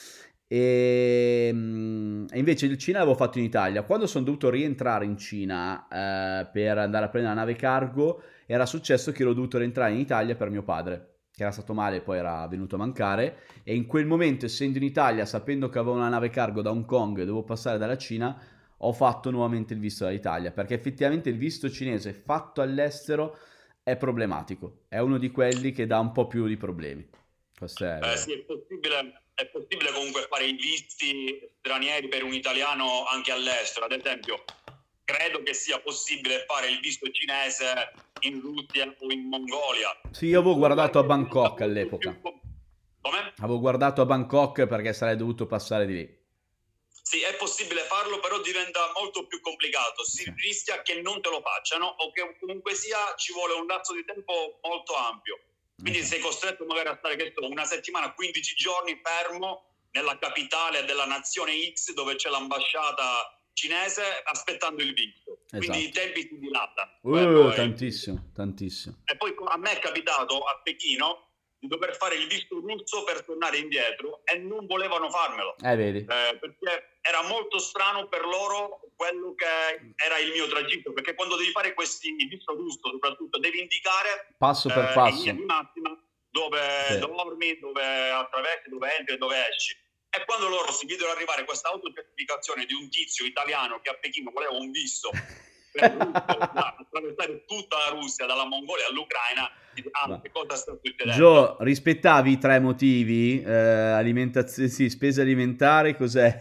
E, mm, e invece il Cina l'avevo fatto in Italia. Quando sono dovuto rientrare in Cina eh, per andare a prendere la nave cargo, era successo che ero dovuto rientrare in Italia per mio padre, che era stato male e poi era venuto a mancare. E in quel momento, essendo in Italia, sapendo che avevo una nave cargo da Hong Kong e dovevo passare dalla Cina, ho fatto nuovamente il visto dall'Italia, perché effettivamente il visto cinese fatto all'estero è problematico. È uno di quelli che dà un po' più di problemi. Questo è Eh, vero. sì, è possibile, è possibile comunque fare i visti stranieri per un italiano anche all'estero. Ad esempio, credo che sia possibile fare il visto cinese in Russia o in Mongolia. Sì, io avevo guardato a Comunque diventa Bangkok molto all'epoca. più com- Come? Avevo guardato a Bangkok perché sarei dovuto passare di lì. Sì, è possibile farlo, però diventa molto più complicato. Si Sì. rischia che non te lo facciano o che comunque sia ci vuole un lasso di tempo molto ampio. Quindi Esatto. sei costretto magari a stare, che so, una settimana, quindici giorni fermo nella capitale della nazione X dove c'è l'ambasciata cinese aspettando il visto. Quindi i Esatto. tempi si dilatano. Uh, Quello è il- tantissimo, tantissimo. E poi a me è capitato a Pechino di dover fare il visto russo per tornare indietro e non volevano farmelo. Eh, vedi? Eh, perché era molto strano per loro quello che era il mio tragitto, perché quando devi fare questi visto russo soprattutto devi indicare Passo per eh, in passo. linea di massima dove Sì. dormi, dove attraversi, dove entri e dove esci. E quando loro si videro arrivare questa autocertificazione di un tizio italiano che a Pechino voleva un visto per russo, da attraversare tutta la Russia, dalla Mongolia all'Ucraina, dici, ah, Ma- che cosa sta succedendo? Gio, rispettavi i tre motivi? Eh, alimentazione, sì, spese alimentari, cos'è?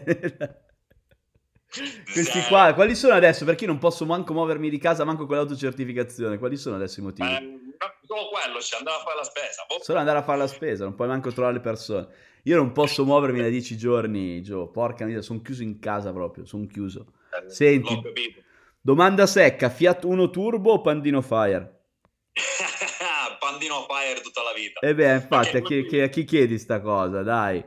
Questi Se- qua, quali sono adesso? Perché io non posso manco muovermi di casa, manco con l'autocertificazione. Quali sono adesso i motivi? Eh, solo quello, ci andava a fare la spesa. Boh. Solo andare a fare la spesa, non puoi manco trovare le persone. Io non posso muovermi da dieci giorni, Gio. Porca miseria, sono chiuso in casa proprio, sono chiuso. Eh, L'ho Senti, capito. domanda secca, Fiat Uno Turbo o Pandino Fire? Pandino Fire tutta la vita. E beh, infatti, Perché a chi, chi- a chi chiedi sta cosa, dai?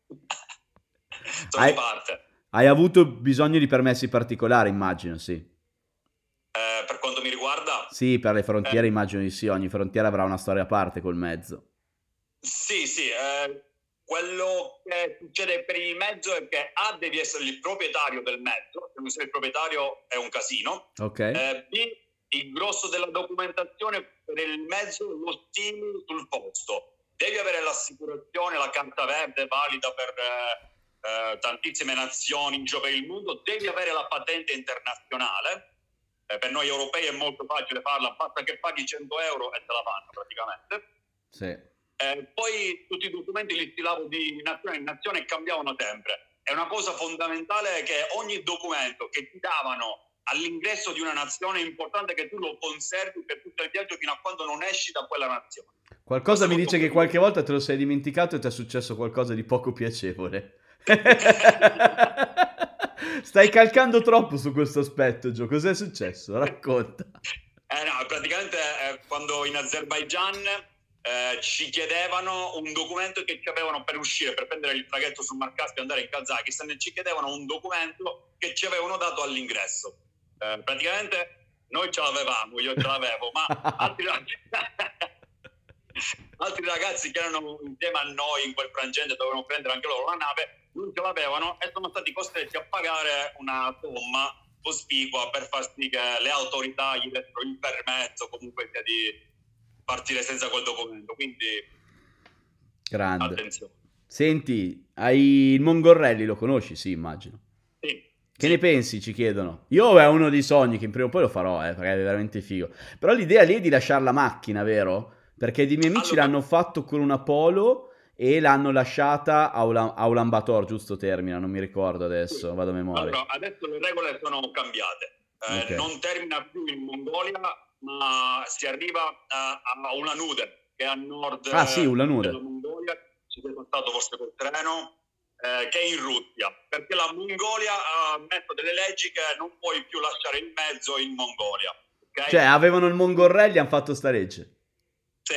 sono Hai, di parte. hai avuto bisogno di permessi particolari, immagino, sì. Eh, per quanto mi riguarda, Sì, per le frontiere Eh. immagino di sì, ogni frontiera avrà una storia a parte col mezzo. sì, sì, eh, quello che succede per il mezzo è che A, devi essere il proprietario del mezzo, se non sei il proprietario è un casino. Ok? Eh, B, il grosso della documentazione per il mezzo lo stimi sul posto. Devi avere l'assicurazione, la carta verde valida per eh, eh, tantissime nazioni in giro per il mondo, devi avere la patente internazionale. Eh, per noi europei è molto facile farla, basta che paghi cento euro e te la fanno praticamente. Sì. Eh, poi tutti i documenti li stilavo di nazione in nazione e cambiavano sempre. È una cosa fondamentale che ogni documento che ti davano all'ingresso di una nazione è importante che tu lo conservi per tutto il viaggio fino a quando non esci da quella nazione. Qualcosa Questo mi con dice che conferma. qualche volta te lo sei dimenticato e ti è successo qualcosa di poco piacevole. Stai calcando troppo su questo aspetto, Gio. Cos'è successo? Racconta. Eh no, praticamente eh, quando in Azerbaigian eh, ci chiedevano un documento che ci avevano per uscire, per prendere il traghetto sul Mar Caspio e andare in Kazakistan, e ci chiedevano un documento che ci avevano dato all'ingresso. Eh, praticamente noi ce l'avevamo, io ce l'avevo, ma altri, altri ragazzi che erano insieme a noi in quel frangente dovevano prendere anche loro la nave, non ce l'avevano e sono stati costretti a pagare una somma cospicua per far sì che le autorità gli dessero il permesso comunque sia di partire senza quel documento. Quindi Grande. attenzione. Senti, hai il Mongorelli, lo conosci? Sì, immagino. Sì, Che sì. ne pensi? Ci chiedono. Io è uno dei sogni che prima o poi lo farò, eh, perché è veramente figo. Però l'idea lì è di lasciare la macchina, vero? Perché di miei amici Allora, l'hanno fatto con una Polo e l'hanno lasciata a, Ula- a Ulaanbaatar, giusto termina, non mi ricordo adesso, vado a memoria. allora, adesso le regole sono cambiate. Ok. Eh, non termina più in Mongolia, ma si arriva a, a Ulan-Ude, che è a nord Ah sì, eh, della Ulan-Ude. Mongolia. Ci sei passato forse col treno, eh, che è in Russia, perché la Mongolia ha messo delle leggi che non puoi più lasciare il mezzo in Mongolia. Cioè, Ok? avevano il Mongorelli e hanno fatto sta legge. Sì.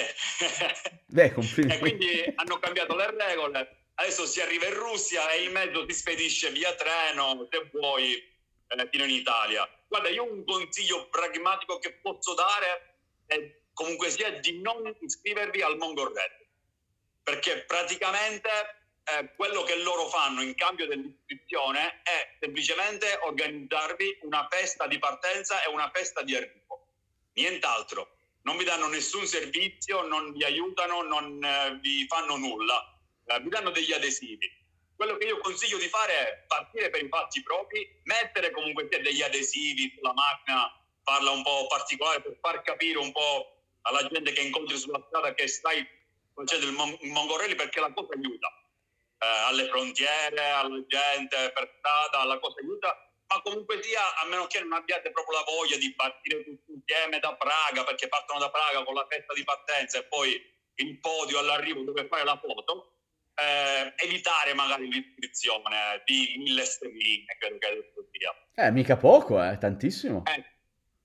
Beh, E quindi complimenti. hanno cambiato le regole. Adesso si arriva in Russia e il mezzo si spedisce via treno, se vuoi, eh, fino in Italia. Guarda, io un consiglio pragmatico che posso dare è comunque sia di non iscrivervi al Mongorelli, perché praticamente eh, quello che loro fanno in cambio dell'iscrizione è semplicemente organizzarvi una festa di partenza e una festa di arrivo, nient'altro. Non vi danno nessun servizio, non vi aiutano, non eh, vi fanno nulla, eh, vi danno degli adesivi. Quello che io consiglio di fare è partire per i fatti propri, mettere comunque degli adesivi sulla macchina, farla un po' particolare per far capire un po' alla gente che incontri sulla strada che stai facendo il, Mon- il Mongorelli, perché la cosa aiuta. Eh, alle frontiere, alla gente per strada, la cosa aiuta, ma comunque sia, a meno che non abbiate proprio la voglia di partire tutti insieme da Praga, perché partono da Praga con la festa di partenza e poi il podio all'arrivo dove fare la foto, eh, evitare magari l'iscrizione di mille sterline, credo che adesso sia. Eh, mica poco, eh, tantissimo. Eh,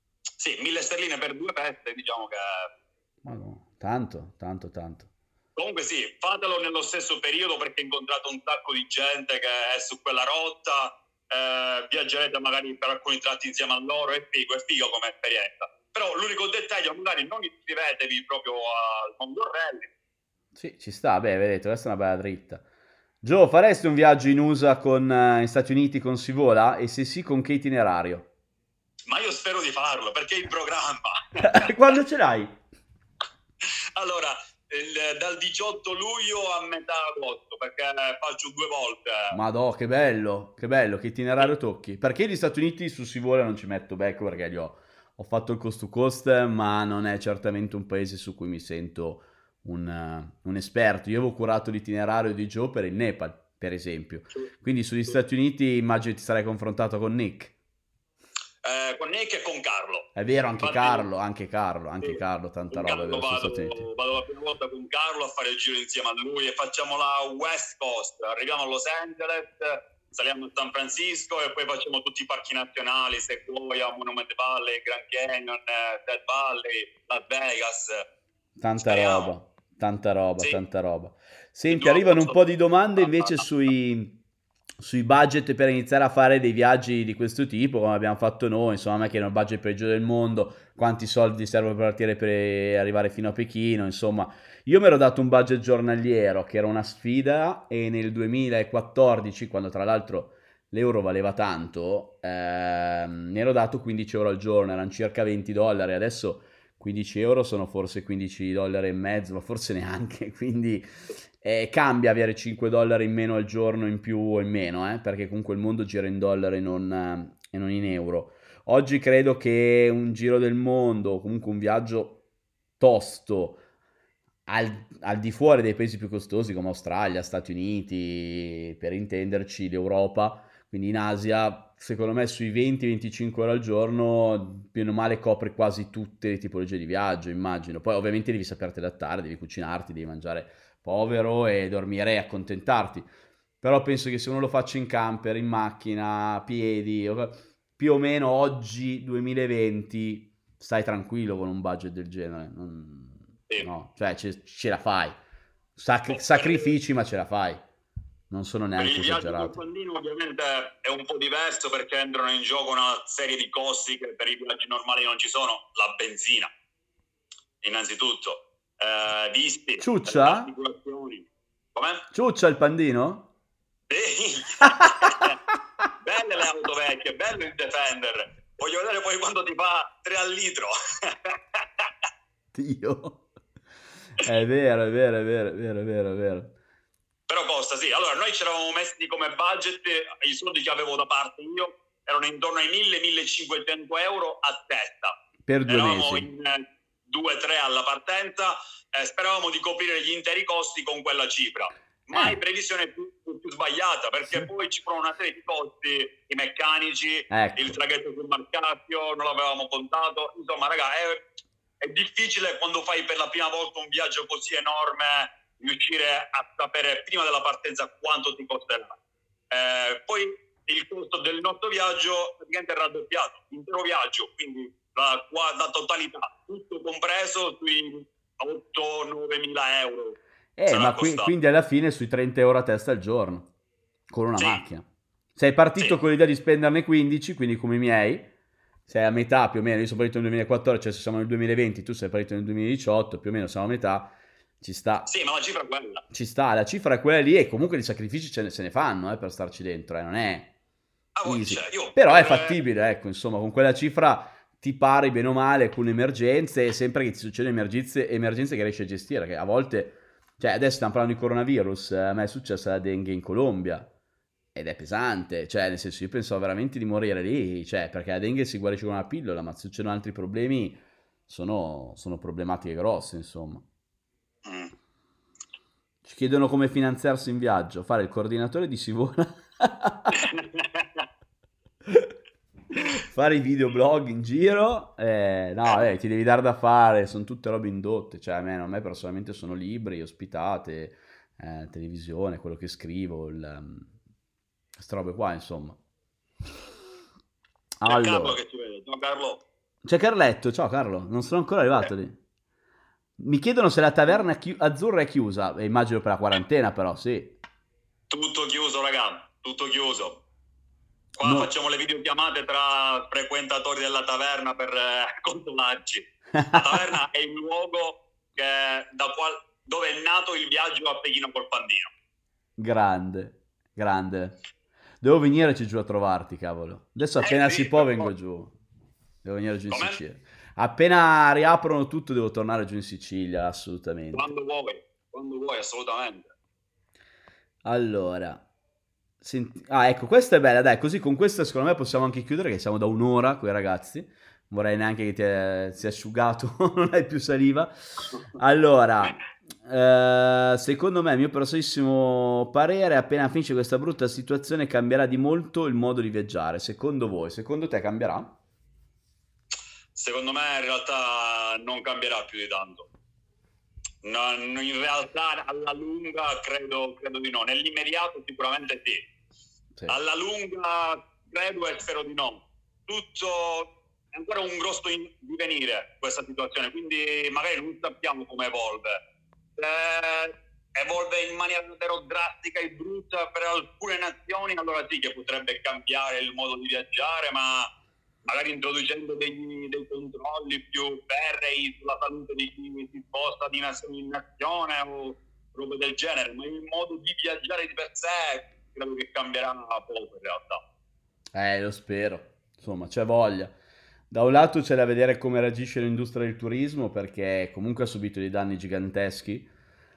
sì, mille sterline per due feste, diciamo che... Ma no, tanto, tanto, tanto. Comunque sì, fatelo nello stesso periodo perché incontrate un sacco di gente che è su quella rotta, eh, viaggerete magari per alcuni tratti insieme a loro, è figo, è figo come esperienza. Però l'unico dettaglio, magari non iscrivetevi proprio al Mongorelli. Sì, ci sta, beh, vedete, questa è una bella dritta. Gio, faresti un viaggio in U S A con, eh, in Stati Uniti con Si vola? E se sì, con che itinerario? Ma io spero di farlo perché è in programma. Quando ce l'hai? Allora, il- dal diciotto luglio a metà agosto, perché faccio due volte. Madò, che bello, che bello, che itinerario tocchi. Perché gli Stati Uniti su Si vola non ci metto becco perché li ho, ho fatto il cost to cost, ma non è certamente un paese su cui mi sento un, eh, un esperto. Io avevo curato l'itinerario di Joe per il Nepal, per esempio. Quindi sugli Stati Uniti immagino ti sarai confrontato con Nick. Eh, con Nick e con Carlo. È vero, anche Infatti, Carlo, anche Carlo, anche sì, Carlo, tanta con roba, è Carlo vero, sugli Stati Uniti. vado, vado la prima volta con Carlo a fare il giro insieme a lui e facciamo la West Coast. Arriviamo a Los Angeles, saliamo a San Francisco e poi facciamo tutti i parchi nazionali, Sequoia, Monument Valley, Grand Canyon, eh, Death Valley, Las Vegas. Tanta Speriamo. roba, tanta roba, Sì. tanta roba. Il Senti, due arrivano un agosto. po' di domande invece sui, sui budget per iniziare a fare dei viaggi di questo tipo, come abbiamo fatto noi, insomma, a me che è il budget peggiore del mondo, quanti soldi servono per partire per arrivare fino a Pechino, insomma. Io mi ero dato un budget giornaliero, che era una sfida, e nel duemilaquattordici, quando tra l'altro l'euro valeva tanto, ehm, mi ero dato quindici euro al giorno, erano circa venti dollari, adesso quindici euro sono forse quindici dollari e mezzo, ma forse neanche, quindi eh, cambia avere cinque dollari in meno al giorno, in più o in meno, eh, perché comunque il mondo gira in dollari e non, eh, e non in euro. Oggi credo che un giro del mondo, o comunque un viaggio tosto, al, al di fuori dei paesi più costosi come Australia, Stati Uniti, per intenderci, l'Europa, Quindi in Asia, secondo me, sui venti venticinque ore al giorno, bene o male copre quasi tutte le tipologie di viaggio, immagino. Poi ovviamente devi saperti adattare, devi cucinarti, devi mangiare povero e dormire e accontentarti. Però penso che se uno lo faccia in camper, in macchina, a piedi, o- più o meno oggi, duemilaventi, stai tranquillo con un budget del genere. Non- Sì. no, cioè ce, ce la fai. Sacri- No, per, sacrifici, ma ce la fai. Non sono per neanche il viaggio col esagerati. pandino ovviamente è un po' diverso perché entrano in gioco una serie di costi che per i viaggi normali non ci sono. La benzina, innanzitutto, eh, visti, le Ciuccia? assicurazioni. Come? Ciuccia il pandino? Sì. Belle le auto vecchie, bello il Defender. Voglio vedere poi quando ti fa tre al litro. Dio. È vero, è vero, è vero, è vero, è vero, è vero. Però costa, sì. Allora, noi ci eravamo messi come budget, i soldi che avevo da parte io erano intorno ai mille millecinquecento euro a testa. Per due Eravamo mesi. in due tre alla partenza, eh, speravamo di coprire gli interi costi con quella cifra. Mai Eh. previsione più, più sbagliata, perché Sì. poi ci furono una serie di costi, i meccanici, Ecco. il traghetto sul Marcassio, non l'avevamo contato. Insomma, raga, è, è difficile quando fai per la prima volta un viaggio così enorme riuscire a sapere prima della partenza quanto ti costerà. Eh, poi il costo del nostro viaggio praticamente è raddoppiato, l'intero viaggio, quindi la, la totalità, tutto compreso sui otto nove mila euro. Eh, sarà ma qui- costato. quindi alla fine sui trenta euro a testa al giorno, con una Sì. macchina. Sei partito Sì. con l'idea di spenderne quindici, quindi come i miei, sei a metà più o meno, io sono partito nel duemilaquattordici, cioè se siamo nel duemilaventi, tu sei partito nel duemiladiciotto, più o meno siamo a metà, ci sta. Sì, ma la cifra è quella. Ci sta, la cifra è quella lì e comunque di sacrifici ce ne, se ne fanno eh, per starci dentro, eh, non è Ah, voi, easy. cioè, io, Però è eh, fattibile, ecco, insomma, con quella cifra ti pari bene o male con emergenze e sempre che ti succedono emergenze, emergenze che riesci a gestire, che a volte, cioè adesso stiamo parlando di coronavirus, a me è successa la dengue in Colombia ed è pesante, cioè nel senso io pensavo veramente di morire lì, cioè perché la dengue si guarisce con una pillola, ma se succedono altri problemi sono, sono problematiche grosse, insomma. mm. Ci chiedono come finanziarsi in viaggio, fare il coordinatore di Sivona, fare i videoblog in giro, eh, no, eh, ti devi dare da fare, sono tutte robe indotte, cioè a me, a me personalmente sono libri, ospitate, eh, televisione, quello che scrivo, il, um, queste robe qua, insomma. C'è Carlo Allora, che ci vede. Ciao Carlo. c'è Carletto, ciao Carlo, non sono ancora arrivato lì. Mi chiedono se la taverna chi- azzurra è chiusa, e immagino per la quarantena però, sì. Tutto chiuso, raga, tutto chiuso. Qua No. facciamo le videochiamate tra frequentatori della taverna per eh, consolarci. La taverna è il luogo che, da qual, dove è nato il viaggio a Pechino col Pandino. Grande, grande. Devo venire giù a trovarti, cavolo. Adesso appena Eh sì, si può per vengo forza. giù. Devo venire giù in Com'è? Sicilia. Appena riaprono tutto devo tornare giù in Sicilia, assolutamente. Quando vuoi, quando vuoi, assolutamente. Allora, senti- ah, ecco, questa è bella, dai, così con questa secondo me possiamo anche chiudere, che siamo da un'ora con i ragazzi. Vorrei neanche che ti è- sia asciugato, non hai più saliva. Allora, eh, secondo me, il mio personalissimo parere, appena finisce questa brutta situazione, cambierà di molto il modo di viaggiare. Secondo voi, secondo te cambierà? Secondo me in realtà non cambierà più di tanto. No, in realtà alla lunga credo, credo di no. Nell'immediato sicuramente sì. Sì. Alla lunga credo e spero di no. Tutto è ancora un grosso in- divenire questa situazione, quindi magari non sappiamo come evolve. Se evolve in maniera davvero drastica e brutta per alcune nazioni, allora sì che potrebbe cambiare il modo di viaggiare, ma magari introducendo degli, dei controlli più ferrei sulla salute di chi si sposta di nazione in nazione o robe del genere, ma il modo di viaggiare di per sé credo che cambierà poco in realtà. Eh, lo spero. Insomma, c'è voglia. Da un lato c'è da vedere come reagisce l'industria del turismo, perché comunque ha subito dei danni giganteschi.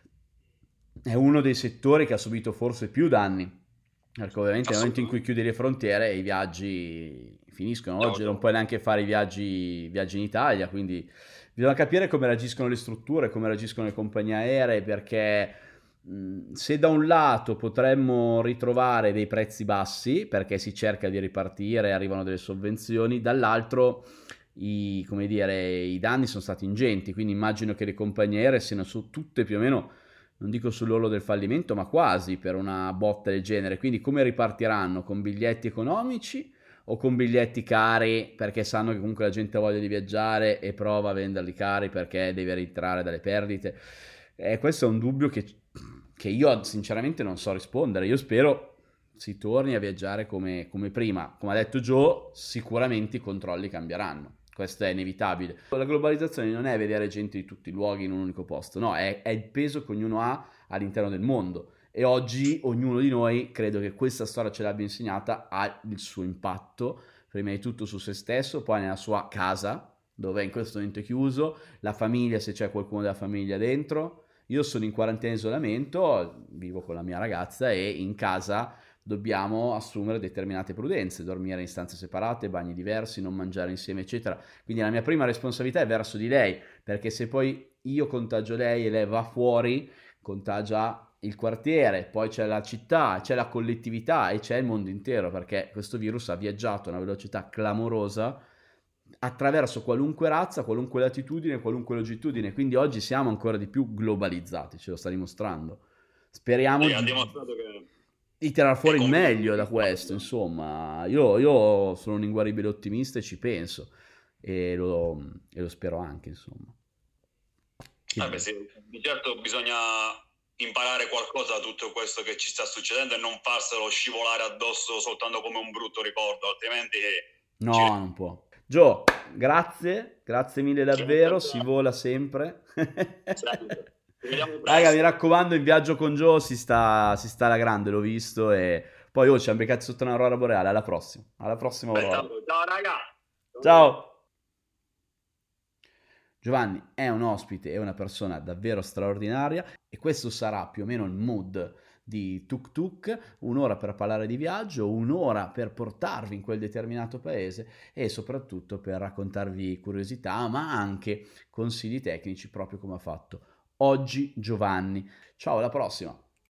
È uno dei settori che ha subito forse più danni. Perché ovviamente nel momento in cui chiudi le frontiere i viaggi finiscono. No, Oggi no. non puoi neanche fare i viaggi, viaggi in Italia, quindi bisogna capire come reagiscono le strutture, come reagiscono le compagnie aeree, perché mh, se da un lato potremmo ritrovare dei prezzi bassi perché si cerca di ripartire, arrivano delle sovvenzioni, dall'altro i, come dire, i danni sono stati ingenti, quindi immagino che le compagnie aeree siano su tutte più o meno, non dico sull'orlo del fallimento, ma quasi per una botta del genere. Quindi come ripartiranno? Con biglietti economici o con biglietti cari perché sanno che comunque la gente ha voglia di viaggiare e prova a venderli cari perché deve ritrarre dalle perdite? Eh, questo è un dubbio che, che io sinceramente non so rispondere. Io spero si torni a viaggiare come, come prima. Come ha detto Joe, sicuramente i controlli cambieranno. Questo è inevitabile. La globalizzazione non è vedere gente di tutti i luoghi in un unico posto, no, è, è il peso che ognuno ha all'interno del mondo. E oggi ognuno di noi, credo che questa storia ce l'abbia insegnata, ha il suo impatto, prima di tutto su se stesso, poi nella sua casa, dove in questo momento è chiuso, la famiglia, se c'è qualcuno della famiglia dentro. Io sono in quarantena isolamento, vivo con la mia ragazza e in casa dobbiamo assumere determinate prudenze, dormire in stanze separate, bagni diversi, non mangiare insieme, eccetera. Quindi la mia prima responsabilità è verso di lei, perché se poi io contagio lei e lei va fuori, contagia il quartiere, poi c'è la città, c'è la collettività e c'è il mondo intero, perché questo virus ha viaggiato a una velocità clamorosa attraverso qualunque razza, qualunque latitudine, qualunque longitudine, quindi oggi siamo ancora di più globalizzati, ce lo sta dimostrando. Speriamo Sì, ha di, dimostrato che di tirar è fuori il meglio da questo, convincente. insomma. Io, io sono un inguaribile ottimista e ci penso, e lo, e lo spero anche, insomma. Che Eh beh, dire. sì, di certo bisogna imparare qualcosa da tutto questo che ci sta succedendo e non farselo scivolare addosso soltanto come un brutto ricordo, altrimenti ci No, non può. Joe, grazie, grazie mille davvero, si vola sempre. sempre. Ci vediamo Raga, mi presto. raccomando, in viaggio con Joe si sta, si sta alla grande, l'ho visto e poi oh, ci hanno beccati sotto un'aurora boreale, alla prossima, alla prossima aurora. Spettacolo. Ciao raga. Ciao, raga. Ciao! Giovanni è un ospite, è una persona davvero straordinaria e questo sarà più o meno il mood di Tuk Tuk, un'ora per parlare di viaggio, un'ora per portarvi in quel determinato paese e soprattutto per raccontarvi curiosità, ma anche consigli tecnici proprio come ha fatto oggi Giovanni. Ciao, alla prossima!